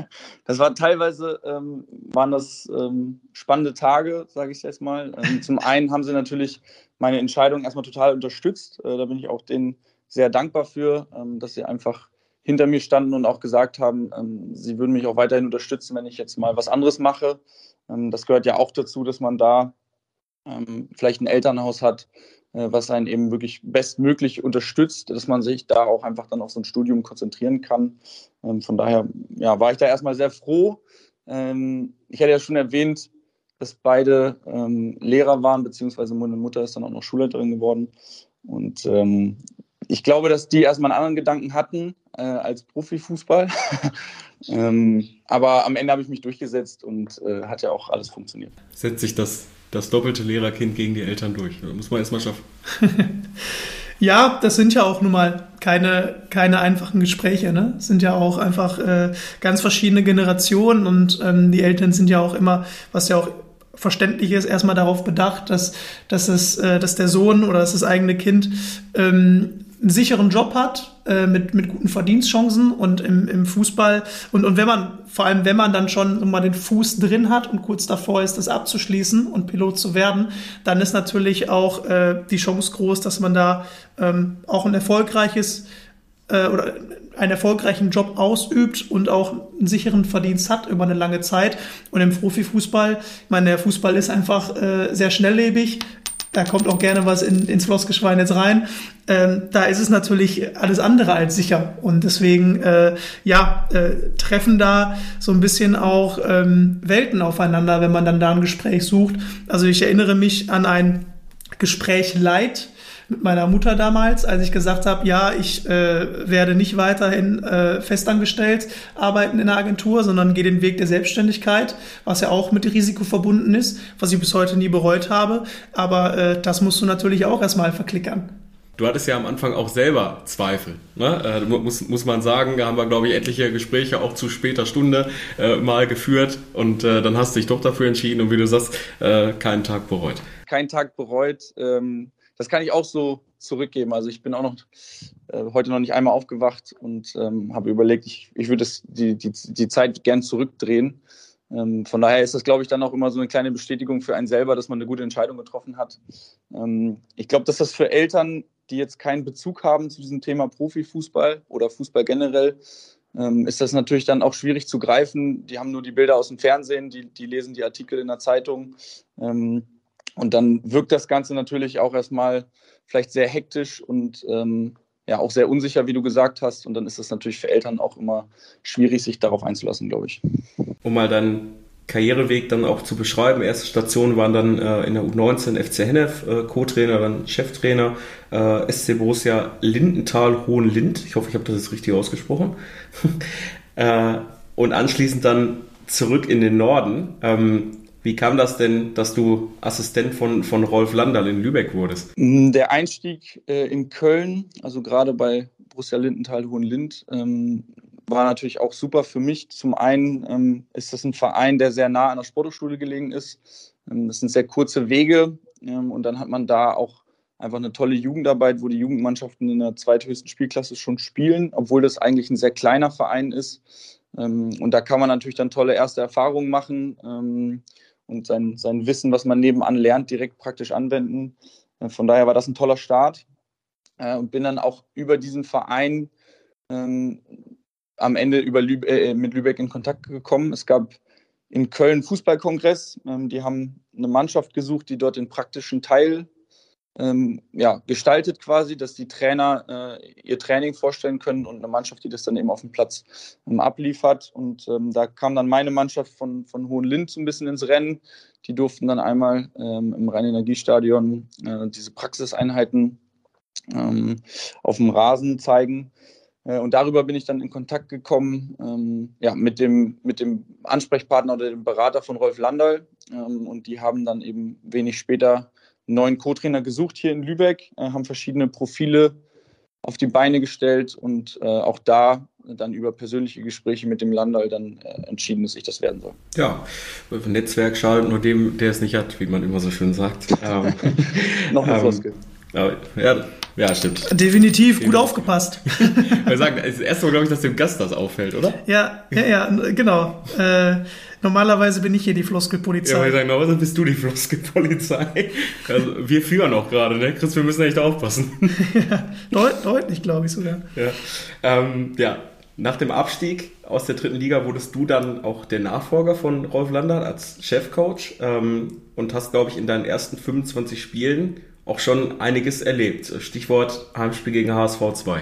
das war teilweise ähm, waren das ähm, spannende Tage, sage ich jetzt mal. Ähm, zum einen haben sie natürlich meine Entscheidung erstmal total unterstützt. Äh, da bin ich auch denen sehr dankbar für, ähm, dass sie einfach hinter mir standen und auch gesagt haben, ähm, sie würden mich auch weiterhin unterstützen, wenn ich jetzt mal was anderes mache. Ähm, das gehört ja auch dazu, dass man da ähm, vielleicht ein Elternhaus hat, was einen eben wirklich bestmöglich unterstützt, dass man sich da auch einfach dann auf so ein Studium konzentrieren kann. Von daher ja, war ich da erstmal sehr froh. Ich hatte ja schon erwähnt, dass beide Lehrer waren, beziehungsweise meine Mutter ist dann auch noch Schulleiterin geworden. Und ich glaube, dass die erstmal einen anderen Gedanken hatten, äh, als Profifußball. ähm, aber am Ende habe ich mich durchgesetzt und äh, hat ja auch alles funktioniert. Setzt sich das, das doppelte Lehrerkind gegen die Eltern durch. Das muss man erstmal schaffen. Ja, das sind ja auch nun mal keine, keine einfachen Gespräche, ne? Es sind ja auch einfach äh, ganz verschiedene Generationen und ähm, die Eltern sind ja auch immer, was ja auch verständlich ist, erstmal darauf bedacht, dass, dass, es, äh, dass der Sohn oder dass das eigene Kind ähm, einen sicheren Job hat, äh, mit, mit guten Verdienstchancen und im, im Fußball. Und, und wenn man, vor allem wenn man dann schon mal den Fuß drin hat und kurz davor ist, das abzuschließen und Pilot zu werden, dann ist natürlich auch äh, die Chance groß, dass man da ähm, auch ein erfolgreiches äh, oder einen erfolgreichen Job ausübt und auch einen sicheren Verdienst hat über eine lange Zeit. Und im Profifußball, ich meine, der Fußball ist einfach äh, sehr schnelllebig. Da kommt auch gerne was in, ins Floskelschwein jetzt rein. Ähm, da ist es natürlich alles andere als sicher. Und deswegen, äh, ja, äh, treffen da so ein bisschen auch ähm, Welten aufeinander, wenn man dann da ein Gespräch sucht. Also ich erinnere mich an ein Gespräch Light mit meiner Mutter damals, als ich gesagt habe, ja, ich äh, werde nicht weiterhin äh, festangestellt arbeiten in der Agentur, sondern gehe den Weg der Selbstständigkeit, was ja auch mit Risiko verbunden ist, was ich bis heute nie bereut habe. Aber äh, das musst du natürlich auch erstmal verklickern. Du hattest ja am Anfang auch selber Zweifel, ne? Äh, muss, muss man sagen, da haben wir, glaube ich, etliche Gespräche auch zu später Stunde äh, mal geführt und äh, dann hast du dich doch dafür entschieden und wie du sagst, äh, keinen Tag bereut. Keinen Tag bereut, ähm das kann ich auch so zurückgeben. Also ich bin auch noch äh, heute noch nicht einmal aufgewacht und ähm, habe überlegt, ich, ich würde das, die, die, die Zeit gern zurückdrehen. Ähm, von daher ist das, glaube ich, dann auch immer so eine kleine Bestätigung für einen selber, dass man eine gute Entscheidung getroffen hat. Ähm, ich glaube, dass das für Eltern, die jetzt keinen Bezug haben zu diesem Thema Profifußball oder Fußball generell, ähm, ist das natürlich dann auch schwierig zu greifen. Die haben nur die Bilder aus dem Fernsehen, die, die lesen die Artikel in der Zeitung. Ähm, Und dann wirkt das Ganze natürlich auch erstmal vielleicht sehr hektisch und ähm, ja auch sehr unsicher, wie du gesagt hast. Und dann ist es natürlich für Eltern auch immer schwierig, sich darauf einzulassen, glaube ich. Um mal deinen Karriereweg dann auch zu beschreiben. Erste Stationen waren dann äh, in der U neunzehn F C Hennef, äh, Co-Trainer, dann Cheftrainer, äh, S C Borussia Lindenthal-Hohenlind. Ich hoffe, ich habe das jetzt richtig ausgesprochen. äh, und anschließend dann zurück in den Norden. Ähm, Wie kam das denn, dass du Assistent von, von Rolf Landerl in Lübeck wurdest? Der Einstieg äh, in Köln, also gerade bei Borussia Lindenthal-Hohenlind, ähm, war natürlich auch super für mich. Zum einen ähm, ist das ein Verein, der sehr nah an der Sporthochschule gelegen ist. Ähm, das sind sehr kurze Wege ähm, und dann hat man da auch einfach eine tolle Jugendarbeit, wo die Jugendmannschaften in der zweithöchsten Spielklasse schon spielen, obwohl das eigentlich ein sehr kleiner Verein ist. Ähm, und da kann man natürlich dann tolle erste Erfahrungen machen. Ähm, und sein, sein Wissen, was man nebenan lernt, direkt praktisch anwenden. Von daher war das ein toller Start äh, und bin dann auch über diesen Verein ähm, am Ende über Lübe- äh, mit Lübeck in Kontakt gekommen. Es gab in Köln einen Fußballkongress. Ähm, die haben eine Mannschaft gesucht, die dort den praktischen Teil ähm, ja, gestaltet quasi, dass die Trainer äh, ihr Training vorstellen können und eine Mannschaft, die das dann eben auf dem Platz ähm, abliefert. Und ähm, da kam dann meine Mannschaft von, von Hohenlind so ein bisschen ins Rennen. Die durften dann einmal ähm, im Rhein-Energiestadion äh, diese Praxiseinheiten ähm, auf dem Rasen zeigen. Äh, und darüber bin ich dann in Kontakt gekommen ähm, ja, mit, dem, mit dem Ansprechpartner oder dem Berater von Rolf Landerl. Ähm, und die haben dann eben wenig später neuen Co-Trainer gesucht hier in Lübeck, äh, haben verschiedene Profile auf die Beine gestellt und äh, auch da dann über persönliche Gespräche mit dem Landerl dann äh, entschieden, dass ich das werden soll. Ja, Netzwerk schadet nur dem, der es nicht hat, wie man immer so schön sagt. ähm, Noch eine ähm, Floskel. Ja, ja, stimmt. Definitiv, gut aufgepasst. Wir sagen, es ist das erste Mal, glaube ich, dass dem Gast das auffällt, oder? Ja, ja, ja, genau. Äh, normalerweise bin ich hier die Floskelpolizei. Ja, wir sagen, normalerweise bist du die Floskelpolizei. Also, wir führen auch gerade, ne? Chris, wir müssen echt aufpassen. Ja, deut- deutlich, glaube ich sogar. Ja. Ähm, ja, nach dem Abstieg aus der dritten Liga wurdest du dann auch der Nachfolger von Rolf Landerl als Chefcoach ähm, und hast, glaube ich, in deinen ersten fünfundzwanzig Spielen auch schon einiges erlebt. Stichwort Heimspiel gegen H S V zwei.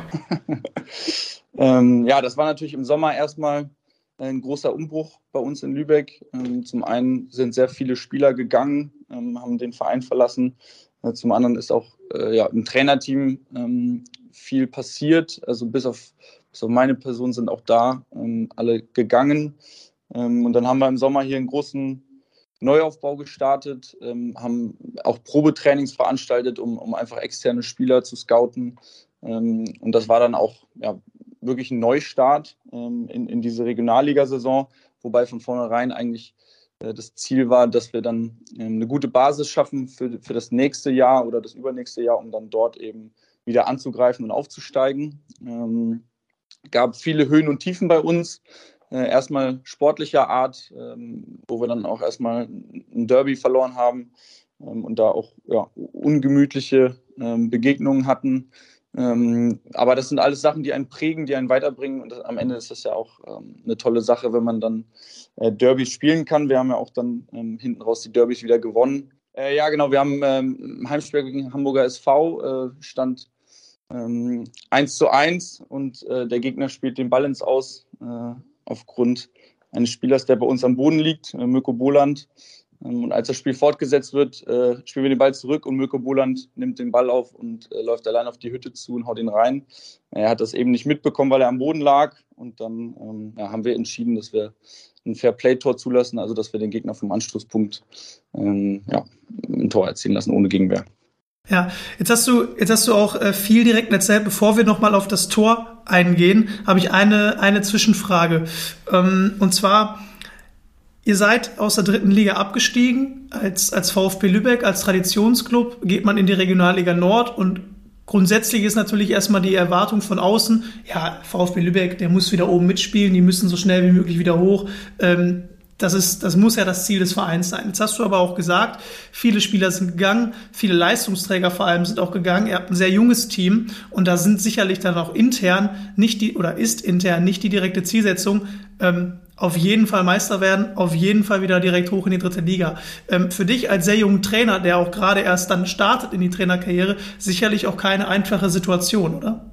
ähm, ja, das war natürlich im Sommer erstmal ein großer Umbruch bei uns in Lübeck. Ähm, zum einen sind sehr viele Spieler gegangen, ähm, haben den Verein verlassen. Äh, zum anderen ist auch äh, ja, im Trainerteam ähm, viel passiert. Also bis auf so meine Person sind auch da ähm, alle gegangen. Ähm, und dann haben wir im Sommer hier einen großen Neuaufbau gestartet, ähm, haben auch Probetrainings veranstaltet, um, um einfach externe Spieler zu scouten. Ähm, und das war dann auch ja, wirklich ein Neustart ähm, in, in diese Regionalligasaison, wobei von vornherein eigentlich äh, das Ziel war, dass wir dann ähm, eine gute Basis schaffen für, für das nächste Jahr oder das übernächste Jahr, um dann dort eben wieder anzugreifen und aufzusteigen. Ähm, gab viele Höhen und Tiefen bei uns. Äh, erstmal sportlicher Art, ähm, wo wir dann auch erstmal ein Derby verloren haben ähm, und da auch ja, ungemütliche ähm, Begegnungen hatten. Ähm, aber das sind alles Sachen, die einen prägen, die einen weiterbringen. Und das, am Ende ist das ja auch ähm, eine tolle Sache, wenn man dann äh, Derbys spielen kann. Wir haben ja auch dann ähm, hinten raus die Derbys wieder gewonnen. Äh, ja, genau, wir haben ähm, ein Heimspiel gegen Hamburger S V, äh, stand ähm, eins zu eins und äh, der Gegner spielt den Ball ins Aus. Äh, aufgrund eines Spielers, der bei uns am Boden liegt, äh, Mirko Boland. Ähm, und als das Spiel fortgesetzt wird, äh, spielen wir den Ball zurück und Mirko Boland nimmt den Ball auf und äh, läuft allein auf die Hütte zu und haut ihn rein. Er hat das eben nicht mitbekommen, weil er am Boden lag. Und dann ähm, ja, haben wir entschieden, dass wir ein Fair-Play-Tor zulassen, also dass wir den Gegner vom Anstoßpunkt ähm, ja, ein Tor erzielen lassen, ohne Gegenwehr. Ja, jetzt hast du, jetzt hast du auch äh, viel direkt erzählt. Bevor wir nochmal auf das Tor eingehen, habe ich eine, eine Zwischenfrage. Ähm, und zwar, ihr seid aus der dritten Liga abgestiegen. Als, als VfB Lübeck, als Traditionsclub geht man in die Regionalliga Nord und grundsätzlich ist natürlich erstmal die Erwartung von außen, ja, VfB Lübeck, der muss wieder oben mitspielen, die müssen so schnell wie möglich wieder hoch. Ähm, Das ist, das muss ja das Ziel des Vereins sein. Jetzt hast du aber auch gesagt, viele Spieler sind gegangen, viele Leistungsträger vor allem sind auch gegangen. Ihr habt ein sehr junges Team und da sind sicherlich dann auch intern nicht die, oder ist intern nicht die direkte Zielsetzung, ähm, auf jeden Fall Meister werden, auf jeden Fall wieder direkt hoch in die dritte Liga. Ähm, für dich als sehr jungen Trainer, der auch gerade erst dann startet in die Trainerkarriere, sicherlich auch keine einfache Situation, oder?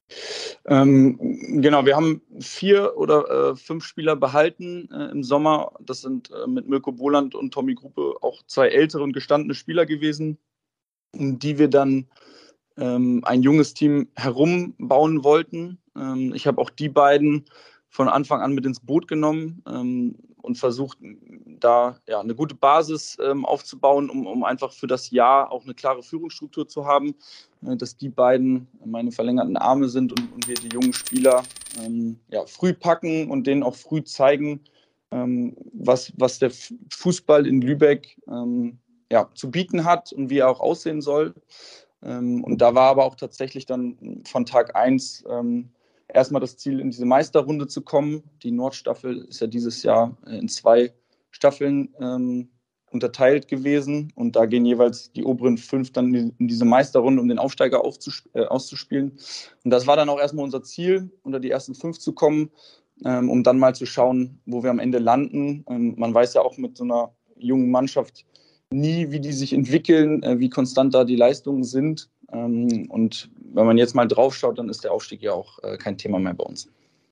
Ähm, genau, wir haben vier oder äh, fünf Spieler behalten äh, im Sommer. Das sind äh, mit Mirko Boland und Tommy Gruppe auch zwei ältere und gestandene Spieler gewesen, um die wir dann ähm, ein junges Team herumbauen wollten. Ähm, ich habe auch die beiden von Anfang an mit ins Boot genommen ähm, und versucht, da ja, eine gute Basis ähm, aufzubauen, um, um einfach für das Jahr auch eine klare Führungsstruktur zu haben, äh, dass die beiden meine verlängerten Arme sind und, und wir die jungen Spieler ähm, ja, früh packen und denen auch früh zeigen, ähm, was, was der Fußball in Lübeck ähm, ja, zu bieten hat und wie er auch aussehen soll. Ähm, und da war aber auch tatsächlich dann von Tag eins ähm, erstmal das Ziel, in diese Meisterrunde zu kommen. Die Nordstaffel ist ja dieses Jahr in zwei Staffeln ähm, unterteilt gewesen und da gehen jeweils die oberen fünf dann in diese Meisterrunde, um den Aufsteiger aufzusp- äh, auszuspielen. Und das war dann auch erstmal unser Ziel, unter die ersten fünf zu kommen, ähm, um dann mal zu schauen, wo wir am Ende landen. Ähm, man weiß ja auch mit so einer jungen Mannschaft nie, wie die sich entwickeln, äh, wie konstant da die Leistungen sind. Ähm, und wenn man jetzt mal drauf schaut, dann ist der Aufstieg ja auch äh, kein Thema mehr bei uns.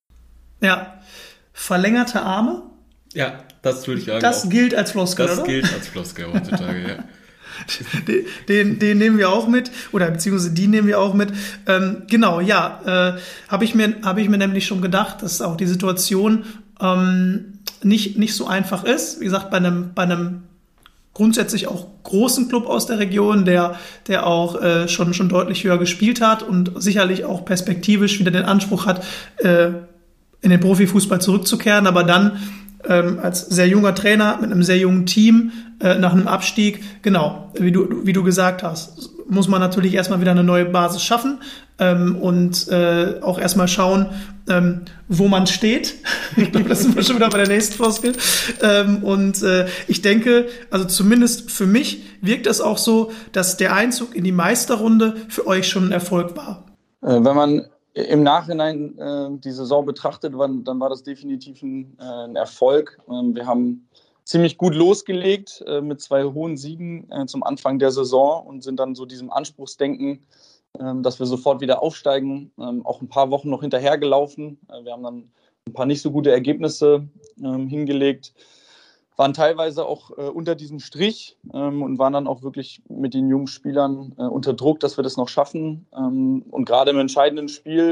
Ja, verlängerte Arme? Ja, das würde ich sagen. Das auch. gilt als Floskel, Das oder? gilt als Floskel heutzutage, ja. Den, den, den nehmen wir auch mit, oder beziehungsweise die nehmen wir auch mit. Ähm, genau, ja, äh, habe ich mir, habe ich mir nämlich schon gedacht, dass auch die Situation ähm, nicht, nicht so einfach ist. Wie gesagt, bei einem, bei einem grundsätzlich auch großen Club aus der Region, der, der auch äh, schon, schon deutlich höher gespielt hat und sicherlich auch perspektivisch wieder den Anspruch hat, äh, in den Profifußball zurückzukehren, aber dann ähm, als sehr junger Trainer mit einem sehr jungen Team äh, nach einem Abstieg, genau, wie du, wie du gesagt hast, muss man natürlich erstmal wieder eine neue Basis schaffen ähm, und äh, auch erstmal schauen, ähm, wo man steht. Ich glaube, das sind wir schon wieder bei der nächsten Floskel. Ähm, und äh, ich denke, also zumindest für mich wirkt es auch so, dass der Einzug in die Meisterrunde für euch schon ein Erfolg war. Äh, wenn man im Nachhinein äh, die Saison betrachtet, wann, dann war das definitiv ein, äh, ein Erfolg. Ähm, wir haben ziemlich gut losgelegt äh, mit zwei hohen Siegen äh, zum Anfang der Saison und sind dann so diesem Anspruchsdenken, äh, dass wir sofort wieder aufsteigen, äh, auch ein paar Wochen noch hinterhergelaufen. Äh, wir haben dann ein paar nicht so gute Ergebnisse äh, hingelegt, waren teilweise auch äh, unter diesem Strich ähm, und waren dann auch wirklich mit den jungen Spielern äh, unter Druck, dass wir das noch schaffen. Ähm, und gerade im entscheidenden Spiel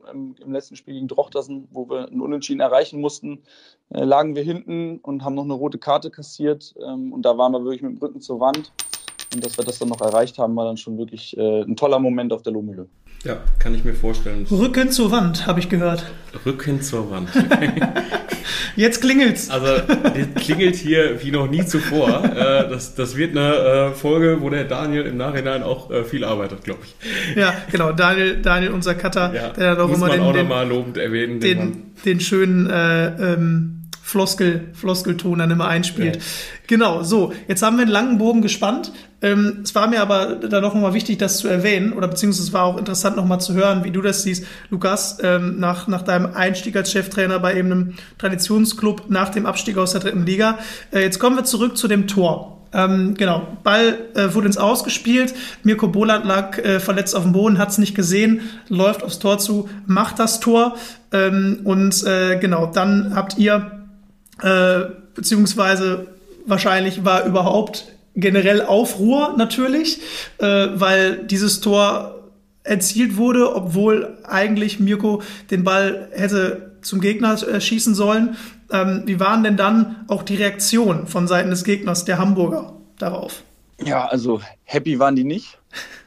ähm, im letzten Spiel gegen Drochtersen, wo wir einen Unentschieden erreichen mussten, äh, lagen wir hinten und haben noch eine rote Karte kassiert. Ähm, und da waren wir wirklich mit dem Rücken zur Wand. Und dass wir das dann noch erreicht haben, war dann schon wirklich äh, ein toller Moment auf der Lohmühle. Ja, kann ich mir vorstellen. Rücken zur Wand, habe ich gehört. Rücken zur Wand. Jetzt klingelt's. Also, das klingelt hier wie noch nie zuvor. Äh, das, das wird eine äh, Folge, wo der Daniel im Nachhinein auch äh, viel arbeitet, glaube ich. Ja, genau. Daniel, Daniel unser Cutter, ja, der dann auch muss immer man den, auch den, nochmal lobend erwähnen. den, den, den schönen äh, ähm, Floskel, Floskelton dann immer einspielt. Ja. Genau, so, jetzt haben wir einen langen Bogen gespannt. Ähm, es war mir aber dann noch mal wichtig, das zu erwähnen, oder beziehungsweise es war auch interessant, noch mal zu hören, wie du das siehst, Lukas, ähm, nach, nach deinem Einstieg als Cheftrainer bei eben einem Traditionsclub nach dem Abstieg aus der dritten Liga. Äh, jetzt kommen wir zurück zu dem Tor. Ähm, genau, Ball äh, wurde ins Ausgespielt, Mirko Boland lag äh, verletzt auf dem Boden, hat es nicht gesehen, läuft aufs Tor zu, macht das Tor ähm, und äh, genau, dann habt ihr Äh, beziehungsweise wahrscheinlich war überhaupt generell Aufruhr natürlich, äh, weil dieses Tor erzielt wurde, obwohl eigentlich Mirko den Ball hätte zum Gegner äh, schießen sollen. Ähm, wie waren denn dann auch die Reaktionen von Seiten des Gegners, der Hamburger, darauf? Ja, also happy waren die nicht.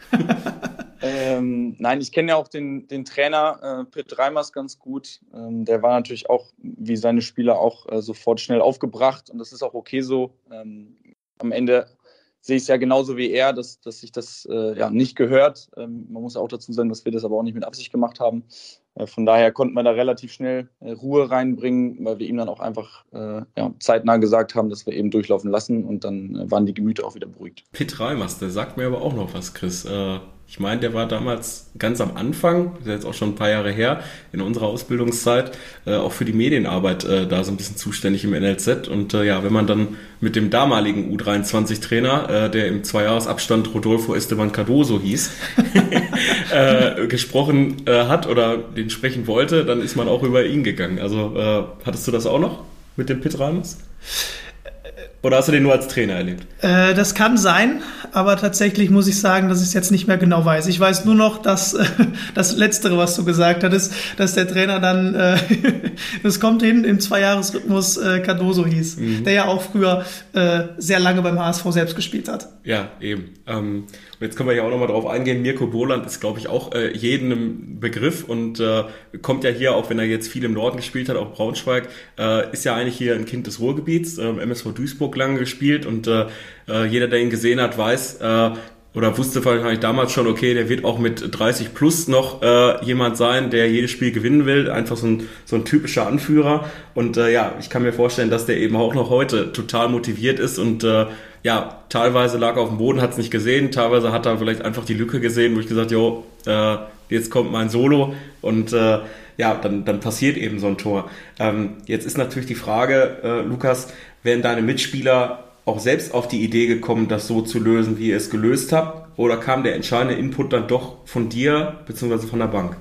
ähm, nein, ich kenne ja auch den, den Trainer äh, Pitt Reimers ganz gut. Ähm, der war natürlich auch, wie seine Spieler, auch äh, sofort schnell aufgebracht und das ist auch okay so. Ähm, am Ende sehe ich es ja genauso wie er, dass, dass sich das äh, ja, nicht gehört. Ähm, man muss auch dazu sagen, dass wir das aber auch nicht mit Absicht gemacht haben. Äh, von daher konnten wir da relativ schnell äh, Ruhe reinbringen, weil wir ihm dann auch einfach äh, ja, zeitnah gesagt haben, dass wir eben durchlaufen lassen und dann äh, waren die Gemüter auch wieder beruhigt. Pitt Reimers, der sagt mir aber auch noch was, Chris. Äh, ich meine, der war damals ganz am Anfang, das ist jetzt auch schon ein paar Jahre her, in unserer Ausbildungszeit, äh, auch für die Medienarbeit äh, da so ein bisschen zuständig im N L Z. Und äh, ja, wenn man dann mit dem damaligen U dreiundzwanzig Trainer, äh, der im Zweijahresabstand Rodolfo Esteban Cardoso hieß, äh, gesprochen äh, hat oder den sprechen wollte, dann ist man auch über ihn gegangen. Also äh, hattest du das auch noch mit dem Pitt Reimers? Oder hast du den nur als Trainer erlebt? Äh, das kann sein, aber tatsächlich muss ich sagen, dass ich es jetzt nicht mehr genau weiß. Ich weiß nur noch, dass äh, das Letztere, was du gesagt hattest, dass der Trainer dann, äh, das kommt hin, im Zweijahresrhythmus äh, Cardoso hieß, mhm. der ja auch früher äh, sehr lange beim H S V selbst gespielt hat. Ja, eben. Ähm, und jetzt können wir ja auch nochmal drauf eingehen. Mirko Boland ist, glaube ich, auch äh, jedem im Begriff und äh, kommt ja hier, auch wenn er jetzt viel im Norden gespielt hat, auch Braunschweig, äh, ist ja eigentlich hier ein Kind des Ruhrgebiets, äh, M S V Duisburg lange gespielt und äh, jeder, der ihn gesehen hat, weiß äh, oder wusste wahrscheinlich damals schon, okay, der wird auch mit dreißig plus noch äh, jemand sein, der jedes Spiel gewinnen will, einfach so ein, so ein typischer Anführer und äh, ja, ich kann mir vorstellen, dass der eben auch noch heute total motiviert ist und äh, ja, teilweise lag er auf dem Boden, hat es nicht gesehen, teilweise hat er vielleicht einfach die Lücke gesehen, wo ich gesagt, jo, äh, jetzt kommt mein Solo und äh, ja, dann, dann passiert eben so ein Tor. Ähm, jetzt ist natürlich die Frage, äh, Lukas, wären deine Mitspieler auch selbst auf die Idee gekommen, das so zu lösen, wie ihr es gelöst habt? Oder kam der entscheidende Input dann doch von dir bzw. von der Bank?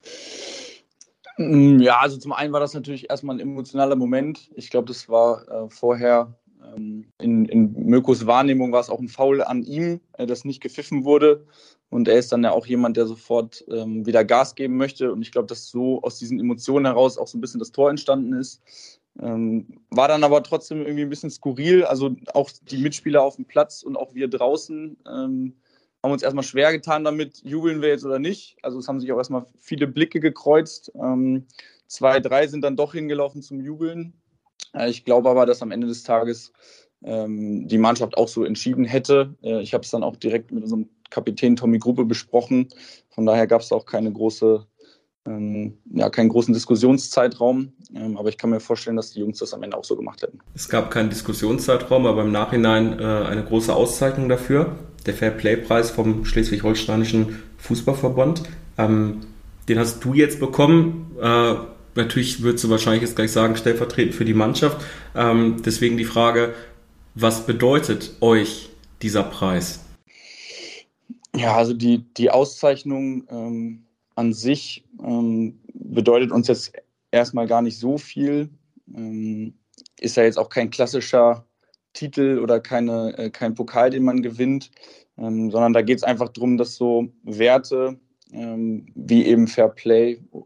Ja, also zum einen war das natürlich erstmal ein emotionaler Moment. Ich glaube, das war äh, vorher ähm, in, in Mirkos Wahrnehmung war es auch ein Foul an ihm, äh, das nicht gepfiffen wurde. Und er ist dann ja auch jemand, der sofort ähm, wieder Gas geben möchte. Und ich glaube, dass so aus diesen Emotionen heraus auch so ein bisschen das Tor entstanden ist. Ähm, war dann aber trotzdem irgendwie ein bisschen skurril. Also auch die Mitspieler auf dem Platz und auch wir draußen ähm, haben uns erstmal schwer getan damit, jubeln wir jetzt oder nicht. Also es haben sich auch erstmal viele Blicke gekreuzt. Ähm, zwei, drei sind dann doch hingelaufen zum Jubeln. Äh, ich glaube aber, dass am Ende des Tages ähm, die Mannschaft auch so entschieden hätte. Äh, ich habe es dann auch direkt mit unserem Kapitän Tommy Gruppe besprochen. Von daher gab es auch keine große Ähm, ja, keinen großen Diskussionszeitraum, ähm, aber ich kann mir vorstellen, dass die Jungs das am Ende auch so gemacht hätten. Es gab keinen Diskussionszeitraum, aber im Nachhinein äh, eine große Auszeichnung dafür, der Fair-Play-Preis vom Schleswig-Holsteinischen Fußballverband. Ähm, den hast du jetzt bekommen. Äh, natürlich würdest du wahrscheinlich jetzt gleich sagen, stellvertretend für die Mannschaft. Ähm, deswegen die Frage, was bedeutet euch dieser Preis? Ja, also die, die Auszeichnung ähm, an sich ähm, bedeutet uns jetzt erstmal gar nicht so viel. Ähm, ist ja jetzt auch kein klassischer Titel oder keine, äh, kein Pokal, den man gewinnt, ähm, sondern da geht es einfach darum, dass so Werte ähm, wie eben Fair Play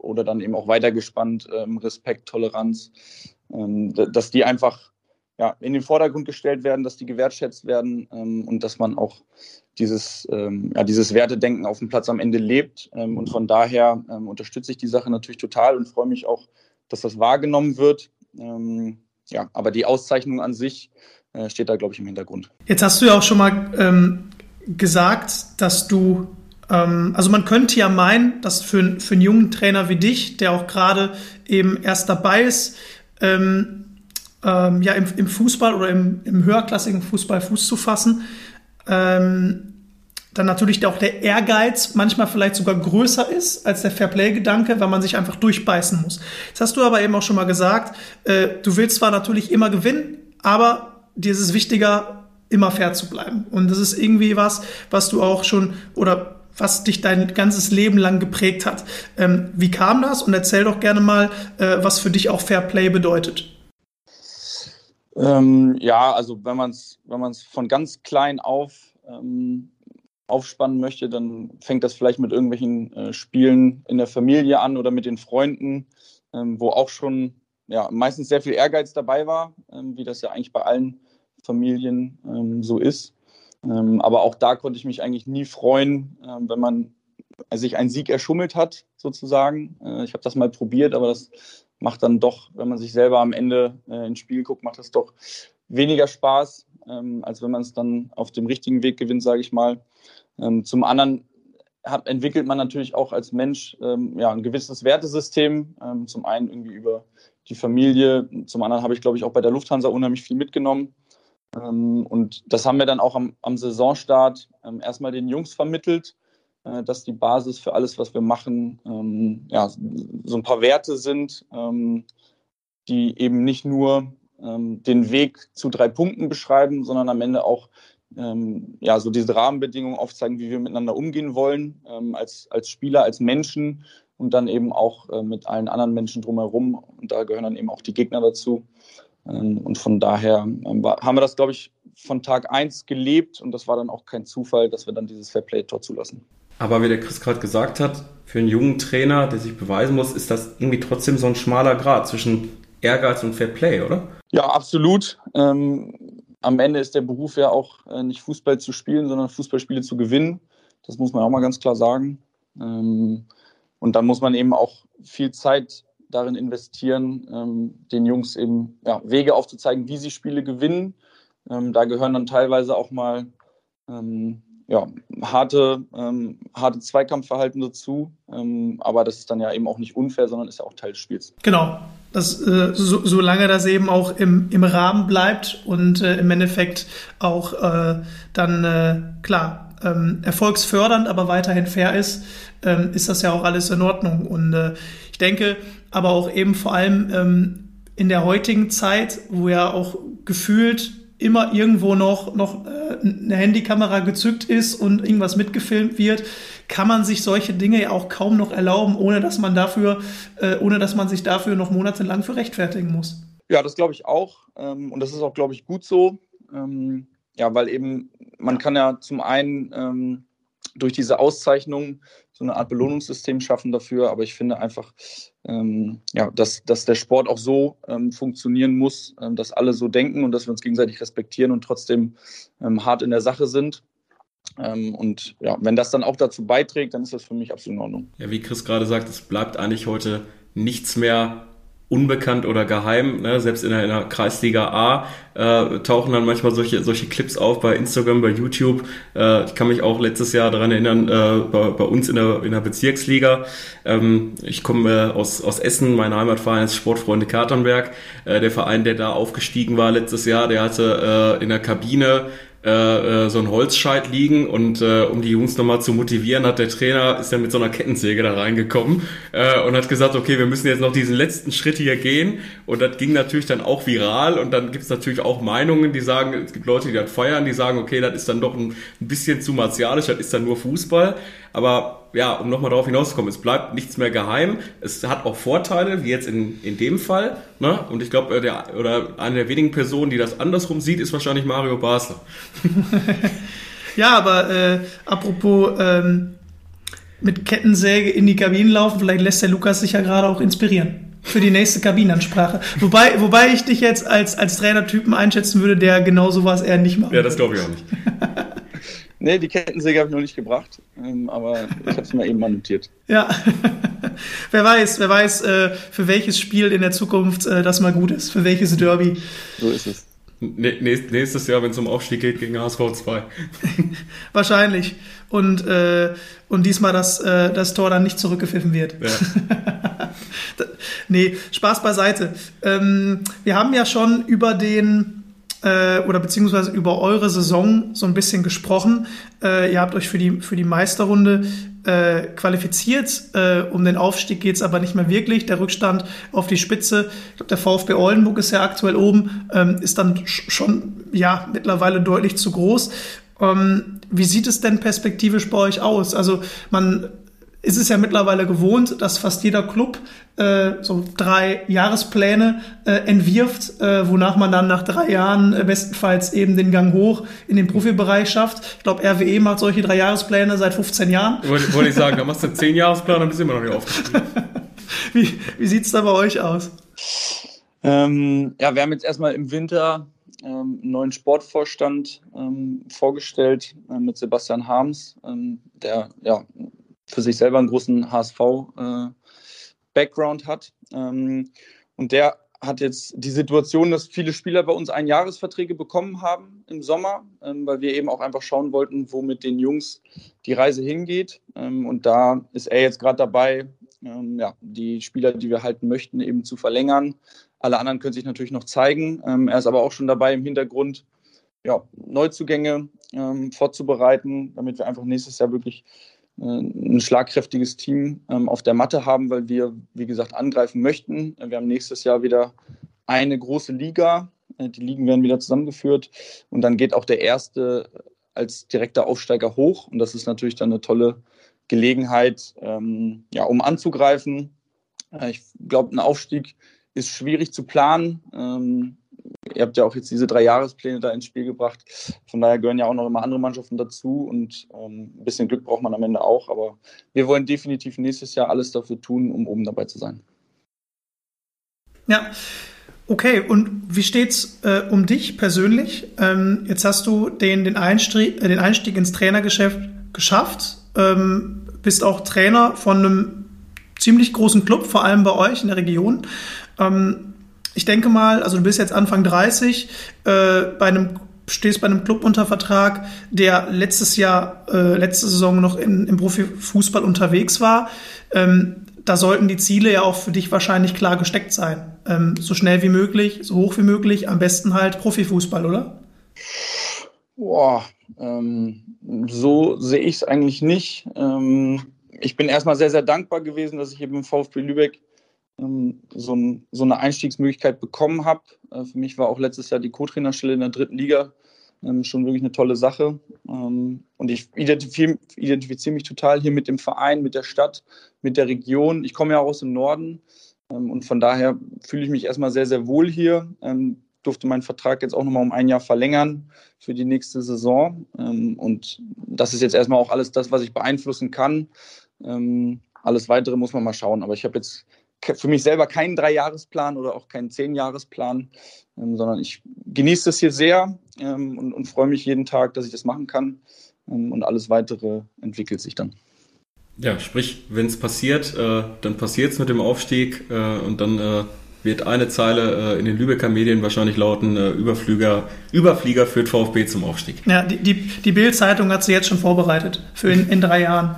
oder dann eben auch weitergespannt, ähm, Respekt, Toleranz, ähm, dass die einfach ja, in den Vordergrund gestellt werden, dass die gewertschätzt werden ähm, und dass man auch dieses, ähm, ja, dieses Wertedenken auf dem Platz am Ende lebt. Ähm, und von daher ähm, unterstütze ich die Sache natürlich total und freue mich auch, dass das wahrgenommen wird. Ähm, ja, aber die Auszeichnung an sich äh, steht da, glaube ich, im Hintergrund. Jetzt hast du ja auch schon mal ähm, gesagt, dass du, ähm, also man könnte ja meinen, dass für, für einen jungen Trainer wie dich, der auch gerade eben erst dabei ist, ähm, ähm, ja im, im Fußball oder im, im höherklassigen Fußball Fuß zu fassen, ähm, dann natürlich auch der Ehrgeiz manchmal vielleicht sogar größer ist als der Fairplay-Gedanke, weil man sich einfach durchbeißen muss. Jetzt hast du aber eben auch schon mal gesagt, äh, du willst zwar natürlich immer gewinnen, aber dir ist es wichtiger, immer fair zu bleiben. Und das ist irgendwie was, was du auch schon oder was dich dein ganzes Leben lang geprägt hat. Ähm, wie kam das? Und erzähl doch gerne mal, äh, was für dich auch Fairplay bedeutet. Ähm, ja, also wenn man es wenn man es von ganz klein auf ähm, aufspannen möchte, dann fängt das vielleicht mit irgendwelchen äh, Spielen in der Familie an oder mit den Freunden, ähm, wo auch schon ja, meistens sehr viel Ehrgeiz dabei war, ähm, wie das ja eigentlich bei allen Familien ähm, so ist. Ähm, aber auch da konnte ich mich eigentlich nie freuen, äh, wenn man sich einen Sieg erschummelt hat, sozusagen. Äh, ich habe das mal probiert, aber das macht dann doch, wenn man sich selber am Ende äh, ins Spiel guckt, macht das doch weniger Spaß, ähm, als wenn man es dann auf dem richtigen Weg gewinnt, sage ich mal. Ähm, zum anderen hat, entwickelt man natürlich auch als Mensch ähm, ja, ein gewisses Wertesystem. Ähm, zum einen irgendwie über die Familie, zum anderen habe ich, glaube ich, auch bei der Lufthansa unheimlich viel mitgenommen. Ähm, und das haben wir dann auch am, am Saisonstart ähm, erstmal den Jungs vermittelt, äh, dass die Basis für alles, was wir machen, ähm, ja, so ein paar Werte sind, ähm, die eben nicht nur ähm, den Weg zu drei Punkten beschreiben, sondern am Ende auch ähm, ja, so diese Rahmenbedingungen aufzeigen, wie wir miteinander umgehen wollen, ähm, als, als Spieler, als Menschen und dann eben auch äh, mit allen anderen Menschen drumherum. Und da gehören dann eben auch die Gegner dazu. Ähm, und von daher ähm, war, haben wir das, glaube ich, von Tag eins gelebt und das war dann auch kein Zufall, dass wir dann dieses Fairplay-Tor zulassen. Aber wie der Chris gerade gesagt hat, für einen jungen Trainer, der sich beweisen muss, ist das irgendwie trotzdem so ein schmaler Grat zwischen Ehrgeiz und Fairplay, oder? Ja, absolut. Ähm, am Ende ist der Beruf ja auch äh, nicht Fußball zu spielen, sondern Fußballspiele zu gewinnen. Das muss man auch mal ganz klar sagen. Ähm, und dann muss man eben auch viel Zeit darin investieren, ähm, den Jungs eben ja, Wege aufzuzeigen, wie sie Spiele gewinnen. Ähm, da gehören dann teilweise auch mal ähm, ja, harte, ähm, harte Zweikampfverhalten dazu. Ähm, aber das ist dann ja eben auch nicht unfair, sondern ist ja auch Teil des Spiels. Genau. Das, äh, so, solange das eben auch im, im Rahmen bleibt und äh, im Endeffekt auch äh, dann, äh, klar, ähm, erfolgsfördernd, aber weiterhin fair ist, ähm, ist das ja auch alles in Ordnung. Und äh, ich denke aber auch eben vor allem ähm, in der heutigen Zeit, wo ja auch gefühlt immer irgendwo noch, noch äh, eine Handykamera gezückt ist und irgendwas mitgefilmt wird, kann man sich solche Dinge ja auch kaum noch erlauben, ohne dass man dafür, äh, ohne dass man sich dafür noch monatelang für rechtfertigen muss. Ja, das glaube ich auch. Ähm, und das ist auch, glaube ich, gut so. Ähm, ja, weil eben, man kann ja zum einen ähm, durch diese Auszeichnung so eine Art Belohnungssystem schaffen dafür, aber ich finde einfach, ähm, ja, dass, dass der Sport auch so ähm, funktionieren muss, ähm, dass alle so denken und dass wir uns gegenseitig respektieren und trotzdem ähm, hart in der Sache sind. Ähm, und ja, wenn das dann auch dazu beiträgt, dann ist das für mich absolut in Ordnung. Ja, wie Chris gerade sagt, es bleibt eigentlich heute nichts mehr unbekannt oder geheim, ne? Selbst in der, in der Kreisliga A äh, tauchen dann manchmal solche solche Clips auf bei Instagram, bei YouTube. Äh, ich kann mich auch letztes Jahr daran erinnern, äh, bei, bei uns in der in der Bezirksliga. Ähm, ich komme äh, aus aus Essen, mein Heimatverein ist Sportfreunde Katernberg. Äh, der Verein, der da aufgestiegen war letztes Jahr, der hatte äh, in der Kabine äh, so ein Holzscheit liegen und äh, um die Jungs nochmal zu motivieren, hat der Trainer, ist dann mit so einer Kettensäge da reingekommen äh, und hat gesagt, okay, wir müssen jetzt noch diesen letzten Schritt hier gehen und das ging natürlich dann auch viral und dann gibt es natürlich auch Meinungen, die sagen, es gibt Leute, die das feiern, die sagen, okay, das ist dann doch ein, ein bisschen zu martialisch, das ist dann nur Fußball, aber ja, um nochmal darauf hinauszukommen, es bleibt nichts mehr geheim, es hat auch Vorteile, wie jetzt in, in dem Fall, ne? Und ich glaube, der oder eine der wenigen Personen, die das andersrum sieht, ist wahrscheinlich Mario Basler. Ja, aber äh, apropos ähm, mit Kettensäge in die Kabinen laufen. Vielleicht lässt der Lukas sich ja gerade auch inspirieren für die nächste Kabinenansprache. Wobei, wobei ich dich jetzt als, als Trainertypen einschätzen würde, der genau sowas eher nicht macht. Ja, das glaube ich auch nicht. Nee, die Kettensäge habe ich noch nicht gebracht, ähm, aber ich habe es mir eben mal notiert. Ja, wer weiß, wer weiß, äh, für welches Spiel in der Zukunft äh, das mal gut ist, für welches Derby. So ist es. Nächstes Jahr, wenn es um Aufstieg geht, gegen H S V zwei. Wahrscheinlich. Und, äh, und diesmal das, äh, das Tor dann nicht zurückgepfiffen wird. Ja. Nee, Spaß beiseite. Ähm, wir haben ja schon über den, äh, oder beziehungsweise über eure Saison so ein bisschen gesprochen. Äh, ihr habt euch für die, für die Meisterrunde äh, qualifiziert. Äh, um den Aufstieg geht's aber nicht mehr wirklich. Der Rückstand auf die Spitze, ich glaube, der VfB Oldenburg ist ja aktuell oben, ähm, ist dann schon ja mittlerweile deutlich zu groß. Ähm, wie sieht es denn perspektivisch bei euch aus? Also man ist es ja mittlerweile gewohnt, dass fast jeder Club äh, so drei Jahrespläne äh, entwirft, äh, wonach man dann nach drei Jahren äh, bestenfalls eben den Gang hoch in den Profibereich schafft. Ich glaube, R W E macht solche drei Jahrespläne seit fünfzehn Jahren. Wollte, wollte ich sagen, da machst du einen zehn Jahresplan, dann bist du immer noch nicht aufgestiegen. Wie, wie sieht's da bei euch aus? Ähm, ja, wir haben jetzt erstmal im Winter ähm, einen neuen Sportvorstand ähm, vorgestellt äh, mit Sebastian Harms, ähm, der ja für sich selber einen großen H S V-Background äh, hat. Ähm, und der hat jetzt die Situation, dass viele Spieler bei uns Einjahresverträge bekommen haben im Sommer, ähm, weil wir eben auch einfach schauen wollten, wo mit den Jungs die Reise hingeht. Ähm, und da ist er jetzt gerade dabei, ähm, ja, die Spieler, die wir halten möchten, eben zu verlängern. Alle anderen können sich natürlich noch zeigen. Ähm, er ist aber auch schon dabei, im Hintergrund ja, Neuzugänge ähm, vorzubereiten, damit wir einfach nächstes Jahr wirklich ein schlagkräftiges Team ähm, auf der Matte haben, weil wir, wie gesagt, angreifen möchten. Wir haben nächstes Jahr wieder eine große Liga. Die Ligen werden wieder zusammengeführt. Und dann geht auch der Erste als direkter Aufsteiger hoch. Und das ist natürlich dann eine tolle Gelegenheit, ähm, ja, um anzugreifen. Äh, ich glaube, ein Aufstieg ist schwierig zu planen. Ähm, Ihr habt ja auch jetzt diese drei Jahrespläne da ins Spiel gebracht. Von daher gehören ja auch noch immer andere Mannschaften dazu und ähm, ein bisschen Glück braucht man am Ende auch. Aber wir wollen definitiv nächstes Jahr alles dafür tun, um oben dabei zu sein. Ja, okay. Und wie steht's äh, um dich persönlich? Ähm, jetzt hast du den, den, Einstieg, äh, den Einstieg ins Trainergeschäft geschafft. Ähm, bist auch Trainer von einem ziemlich großen Club, vor allem bei euch in der Region. Ähm, Ich denke mal, also du bist jetzt Anfang dreißig, äh, bei einem, stehst bei einem Club unter Vertrag, der letztes Jahr, äh, letzte Saison noch in, im Profifußball unterwegs war. Ähm, da sollten die Ziele ja auch für dich wahrscheinlich klar gesteckt sein. Ähm, so schnell wie möglich, so hoch wie möglich, am besten halt Profifußball, oder? Boah, ähm, so sehe ich es eigentlich nicht. Ähm, ich bin erstmal sehr, sehr dankbar gewesen, dass ich eben im VfB Lübeck So, ein, so eine Einstiegsmöglichkeit bekommen habe. Für mich war auch letztes Jahr die Co-Trainerstelle in der dritten Liga ähm, schon wirklich eine tolle Sache. Ähm, und ich identifiziere, identifiziere mich total hier mit dem Verein, mit der Stadt, mit der Region. Ich komme ja auch aus dem Norden ähm, und von daher fühle ich mich erstmal sehr, sehr wohl hier. Ähm, durfte meinen Vertrag jetzt auch nochmal um ein Jahr verlängern für die nächste Saison. Ähm, und das ist jetzt erstmal auch alles das, was ich beeinflussen kann. Ähm, alles Weitere muss man mal schauen. Aber ich habe jetzt für mich selber keinen Dreijahresplan oder auch keinen Zehnjahresplan, ähm, sondern ich genieße das hier sehr ähm, und, und freue mich jeden Tag, dass ich das machen kann ähm, und alles Weitere entwickelt sich dann. Ja, sprich, wenn es passiert, äh, dann passiert es mit dem Aufstieg äh, und dann äh, wird eine Zeile äh, in den Lübecker Medien wahrscheinlich lauten, äh, Überflieger, Überflieger führt VfB zum Aufstieg. Ja, die, die, die Bild-Zeitung hat sie jetzt schon vorbereitet für in, in drei Jahren.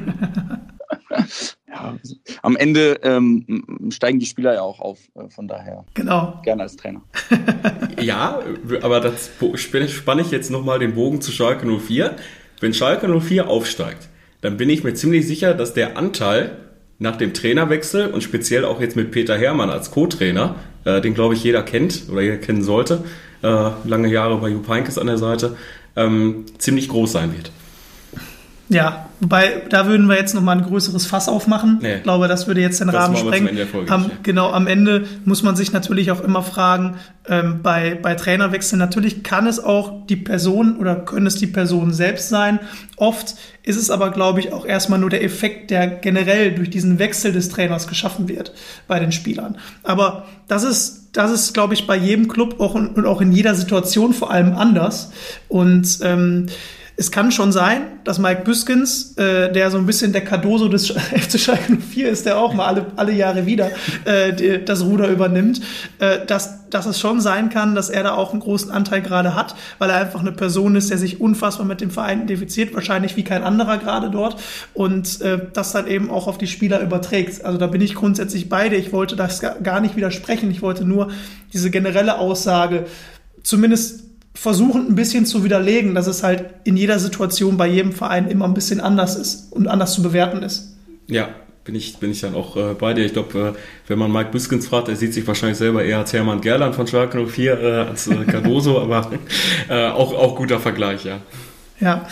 Ja, am Ende ähm, steigen die Spieler ja auch auf, äh, von daher genau. Gerne als Trainer. Ja, aber das spanne ich jetzt nochmal den Bogen zu Schalke null vier. Wenn Schalke null vier aufsteigt, dann bin ich mir ziemlich sicher, dass der Anteil nach dem Trainerwechsel und speziell auch jetzt mit Peter Hermann als Co-Trainer, äh, den glaube ich jeder kennt oder jeder kennen sollte, äh, lange Jahre bei Jupp Heynckes an der Seite, ähm, ziemlich groß sein wird. Ja, wobei, da würden wir jetzt nochmal ein größeres Fass aufmachen. Nee. Ich glaube, das würde jetzt den das Rahmen sprengen. Am Ende der Folge am, nicht, ja. Genau, am Ende muss man sich natürlich auch immer fragen, ähm, bei, bei Trainerwechseln, natürlich kann es auch die Person oder können es die Personen selbst sein. Oft ist es aber, glaube ich, auch erstmal nur der Effekt, der generell durch diesen Wechsel des Trainers geschaffen wird bei den Spielern. Aber das ist, das ist, glaube ich, bei jedem Club auch und auch in jeder Situation vor allem anders. Und ähm, es kann schon sein, dass Mike Büskens, äh, der so ein bisschen der Cardoso des F C Schalke null vier ist, der auch mal alle, alle Jahre wieder äh, die, das Ruder übernimmt, äh, dass, dass es schon sein kann, dass er da auch einen großen Anteil gerade hat, weil er einfach eine Person ist, der sich unfassbar mit dem Verein identifiziert, wahrscheinlich wie kein anderer gerade dort und äh, das dann eben auch auf die Spieler überträgt. Also da bin ich grundsätzlich bei dir. Ich wollte das gar nicht widersprechen. Ich wollte nur diese generelle Aussage zumindest versuchen, ein bisschen zu widerlegen, dass es halt in jeder Situation bei jedem Verein immer ein bisschen anders ist und anders zu bewerten ist. Ja, bin ich, bin ich dann auch äh, bei dir. Ich glaube, äh, wenn man Mike Büskens fragt, er sieht sich wahrscheinlich selber eher als Hermann Gerland von Schalke null vier äh, als äh, Cardoso, aber äh, auch, auch guter Vergleich, ja. Ja.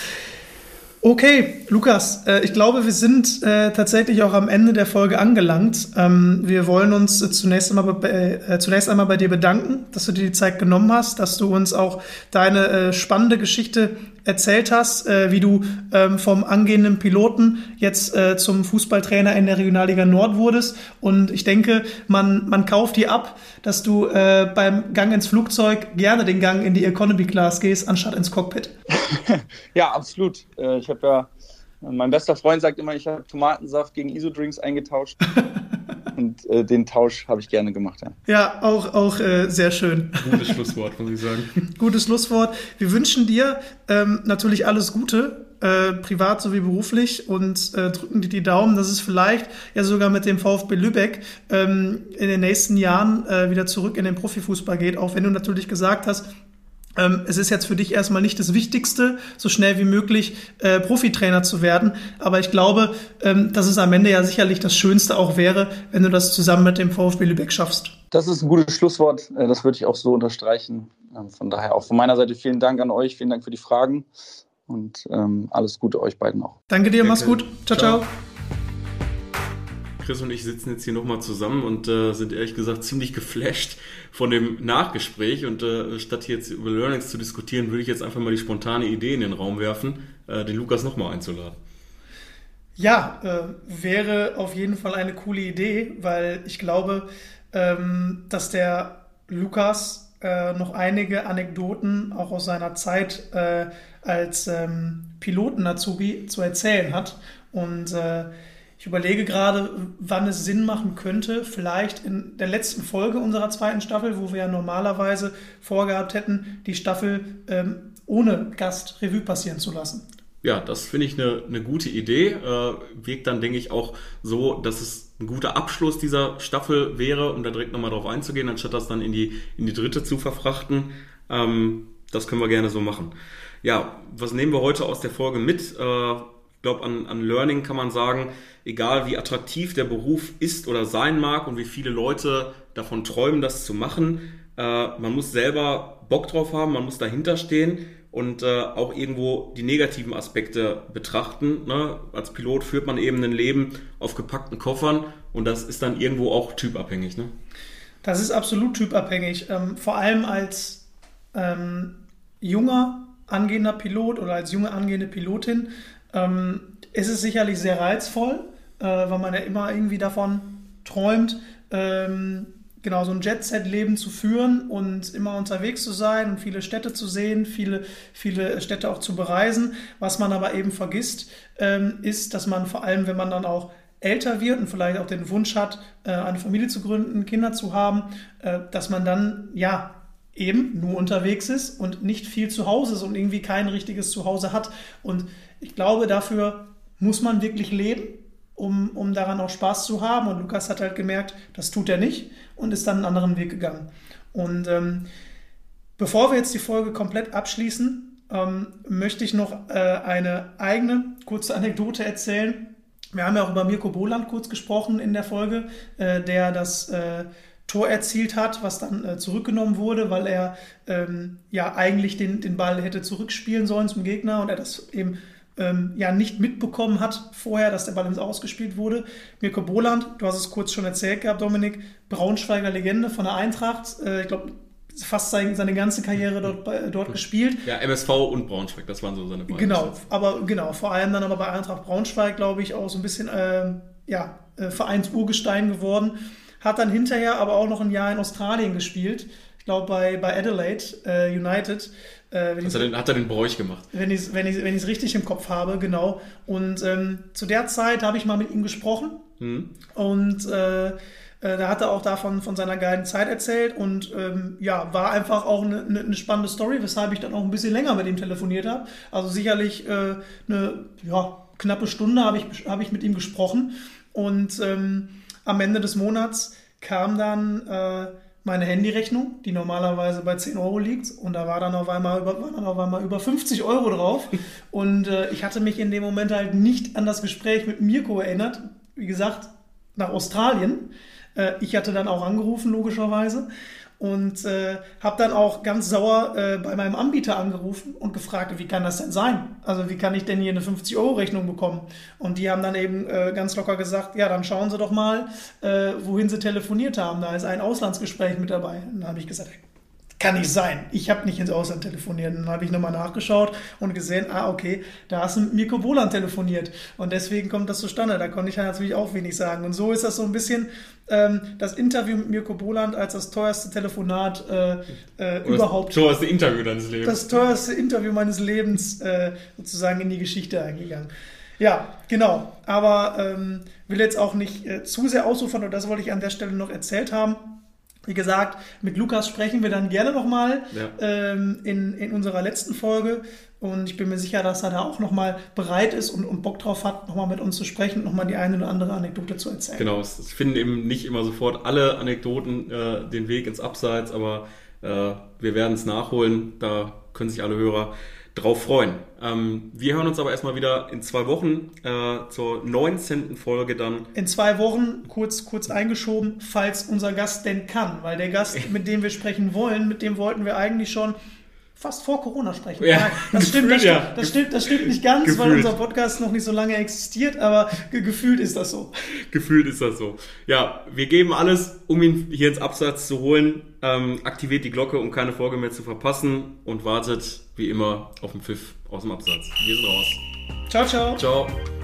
Okay, Lukas, äh, ich glaube, wir sind äh, tatsächlich auch am Ende der Folge angelangt. Ähm, wir wollen uns äh, zunächst einmal bei, äh, zunächst einmal bei dir bedanken, dass du dir die Zeit genommen hast, dass du uns auch deine äh, spannende Geschichte erzählt hast, äh, wie du ähm, vom angehenden Piloten jetzt äh, zum Fußballtrainer in der Regionalliga Nord wurdest. Und ich denke, man, man kauft dir ab, dass du äh, beim Gang ins Flugzeug gerne den Gang in die Economy Class gehst, anstatt ins Cockpit. Ja, absolut. Äh, ich habe ja, mein bester Freund sagt immer, ich habe Tomatensaft gegen Isodrinks eingetauscht. Und äh, den Tausch habe ich gerne gemacht. Ja, ja auch, auch äh, sehr schön. Gutes Schlusswort, muss ich sagen. Gutes Schlusswort. Wir wünschen dir ähm, natürlich alles Gute, äh, privat sowie beruflich, und äh, drücken dir die Daumen, dass es vielleicht ja sogar mit dem VfB Lübeck ähm, in den nächsten Jahren äh, wieder zurück in den Profifußball geht, auch wenn du natürlich gesagt hast, es ist jetzt für dich erstmal nicht das Wichtigste, so schnell wie möglich äh, Profitrainer zu werden. Aber ich glaube, ähm, dass es am Ende ja sicherlich das Schönste auch wäre, wenn du das zusammen mit dem VfB Lübeck schaffst. Das ist ein gutes Schlusswort. Das würde ich auch so unterstreichen. Von daher auch von meiner Seite vielen Dank an euch. Vielen Dank für die Fragen. Und ähm, alles Gute euch beiden auch. Danke dir, mach's gut. Ciao, ciao. ciao. Chris und ich sitzen jetzt hier nochmal zusammen und äh, sind ehrlich gesagt ziemlich geflasht von dem Nachgespräch. Und äh, statt hier jetzt über Learnings zu diskutieren, würde ich jetzt einfach mal die spontane Idee in den Raum werfen, äh, den Lukas nochmal einzuladen. Ja, äh, wäre auf jeden Fall eine coole Idee, weil ich glaube, ähm, dass der Lukas äh, noch einige Anekdoten auch aus seiner Zeit äh, als ähm, Piloten-Azubi zu erzählen hat. Und äh, ich überlege gerade, wann es Sinn machen könnte, vielleicht in der letzten Folge unserer zweiten Staffel, wo wir ja normalerweise vorgehabt hätten, die Staffel ähm, ohne Gast Revue passieren zu lassen. Ja, das finde ich eine, eine gute Idee. Äh, wirkt dann, denke ich, auch so, dass es ein guter Abschluss dieser Staffel wäre, um da direkt nochmal drauf einzugehen, anstatt das dann in die, in die dritte zu verfrachten. Ähm, das können wir gerne so machen. Ja, was nehmen wir heute aus der Folge mit? Äh, Ich glaube, an, an Learning kann man sagen, egal wie attraktiv der Beruf ist oder sein mag und wie viele Leute davon träumen, das zu machen, äh, man muss selber Bock drauf haben, man muss dahinter stehen und äh, auch irgendwo die negativen Aspekte betrachten. Ne? Als Pilot führt man eben ein Leben auf gepackten Koffern und das ist dann irgendwo auch typabhängig. Ne? Das ist absolut typabhängig, ähm, vor allem als ähm, junger angehender Pilot oder als junge angehende Pilotin. Ähm, ist es sicherlich sehr reizvoll, äh, weil man ja immer irgendwie davon träumt, ähm, genau so ein Jet-Set-Leben zu führen und immer unterwegs zu sein und viele Städte zu sehen, viele, viele Städte auch zu bereisen. Was man aber eben vergisst, ähm, ist, dass man vor allem, wenn man dann auch älter wird und vielleicht auch den Wunsch hat, äh, eine Familie zu gründen, Kinder zu haben, äh, dass man dann, ja, eben nur unterwegs ist und nicht viel zu Hause ist und irgendwie kein richtiges Zuhause hat. Und ich glaube, dafür muss man wirklich leben, um, um daran auch Spaß zu haben. Und Lukas hat halt gemerkt, das tut er nicht und ist dann einen anderen Weg gegangen. Und ähm, bevor wir jetzt die Folge komplett abschließen, ähm, möchte ich noch äh, eine eigene kurze Anekdote erzählen. Wir haben ja auch über Mirko Boland kurz gesprochen in der Folge, äh, der das äh, Tor erzielt hat, was dann äh, zurückgenommen wurde, weil er ähm, ja eigentlich den, den Ball hätte zurückspielen sollen zum Gegner und er das eben ähm, ja nicht mitbekommen hat vorher, dass der Ball ins Ausgespielt wurde. Mirko Boland, du hast es kurz schon erzählt gehabt, Dominik, Braunschweiger Legende von der Eintracht, äh, ich glaube, fast seine, seine ganze Karriere dort, bei, dort gespielt. Ja, M S V und Braunschweig, das waren so seine beiden. Genau, aber genau, vor allem dann aber bei Eintracht Braunschweig, glaube ich, auch so ein bisschen äh, ja, äh, Vereinsurgestein geworden. Hat dann hinterher aber auch noch ein Jahr in Australien gespielt. Ich glaube bei, bei Adelaide äh, United. Äh, wenn also den, hat er den Bräuch gemacht. Wenn ich es wenn ich, wenn ich richtig im Kopf habe, genau. Und ähm, zu der Zeit habe ich mal mit ihm gesprochen. Hm. Und äh, da hat er auch davon von seiner geilen Zeit erzählt und ähm, ja, war einfach auch eine, eine spannende Story, weshalb ich dann auch ein bisschen länger mit ihm telefoniert habe. Also sicherlich äh, eine ja, knappe Stunde habe ich, hab ich mit ihm gesprochen und ähm, am Ende des Monats kam dann äh, meine Handyrechnung, die normalerweise bei zehn Euro liegt und da war dann auf einmal über, war dann auf einmal über fünfzig Euro drauf und äh, ich hatte mich in dem Moment halt nicht an das Gespräch mit Mirko erinnert, wie gesagt, nach Australien. Ich hatte dann auch angerufen, logischerweise, und äh, habe dann auch ganz sauer äh, bei meinem Anbieter angerufen und gefragt, wie kann das denn sein? Also wie kann ich denn hier eine fünfzig-Euro-Rechnung bekommen? Und die haben dann eben äh, ganz locker gesagt, ja, dann schauen Sie doch mal, äh, wohin Sie telefoniert haben. Da ist ein Auslandsgespräch mit dabei. Und dann habe ich gesagt, kann nicht sein. Ich habe nicht ins Ausland telefoniert. Und dann habe ich nochmal nachgeschaut und gesehen, ah, okay, da hast du mit Mirko Boland telefoniert. Und deswegen kommt das zustande. Da konnte ich ja natürlich auch wenig sagen. Und so ist das so ein bisschen ähm, das Interview mit Mirko Boland als das teuerste Telefonat äh, äh, überhaupt. Das teuerste Interview deines Lebens. Das teuerste Interview meines Lebens äh, sozusagen in die Geschichte eingegangen. Ja, genau. Aber ähm, will jetzt auch nicht äh, zu sehr ausufern. Und das wollte ich an der Stelle noch erzählt haben. Wie gesagt, mit Lukas sprechen wir dann gerne nochmal ja. ähm, in, in unserer letzten Folge. Und ich bin mir sicher, dass er da auch nochmal bereit ist und, und Bock drauf hat, nochmal mit uns zu sprechen und nochmal die eine oder andere Anekdote zu erzählen. Genau, es finden eben nicht immer sofort alle Anekdoten äh, den Weg ins Abseits, aber äh, wir werden es nachholen. Da können sich alle Hörer drauf freuen. Ähm, wir hören uns aber erstmal wieder in zwei Wochen äh, zur neunzehnten Folge dann. In zwei Wochen, kurz, kurz eingeschoben, falls unser Gast denn kann. Weil der Gast, mit dem wir sprechen wollen, mit dem wollten wir eigentlich schon fast vor Corona sprechen. Ja, das, stimmt, das, ja. stimmt, das, stimmt, das stimmt nicht ganz, gefühlt. Weil unser Podcast noch nicht so lange existiert, aber ge- gefühlt ist das so. Gefühlt ist das so. Ja, wir geben alles, um ihn hier ins Abseits zu holen. Ähm, aktiviert die Glocke, um keine Folge mehr zu verpassen und wartet wie immer auf den Pfiff aus dem Abseits. Wir sind raus. Ciao, ciao. Ciao.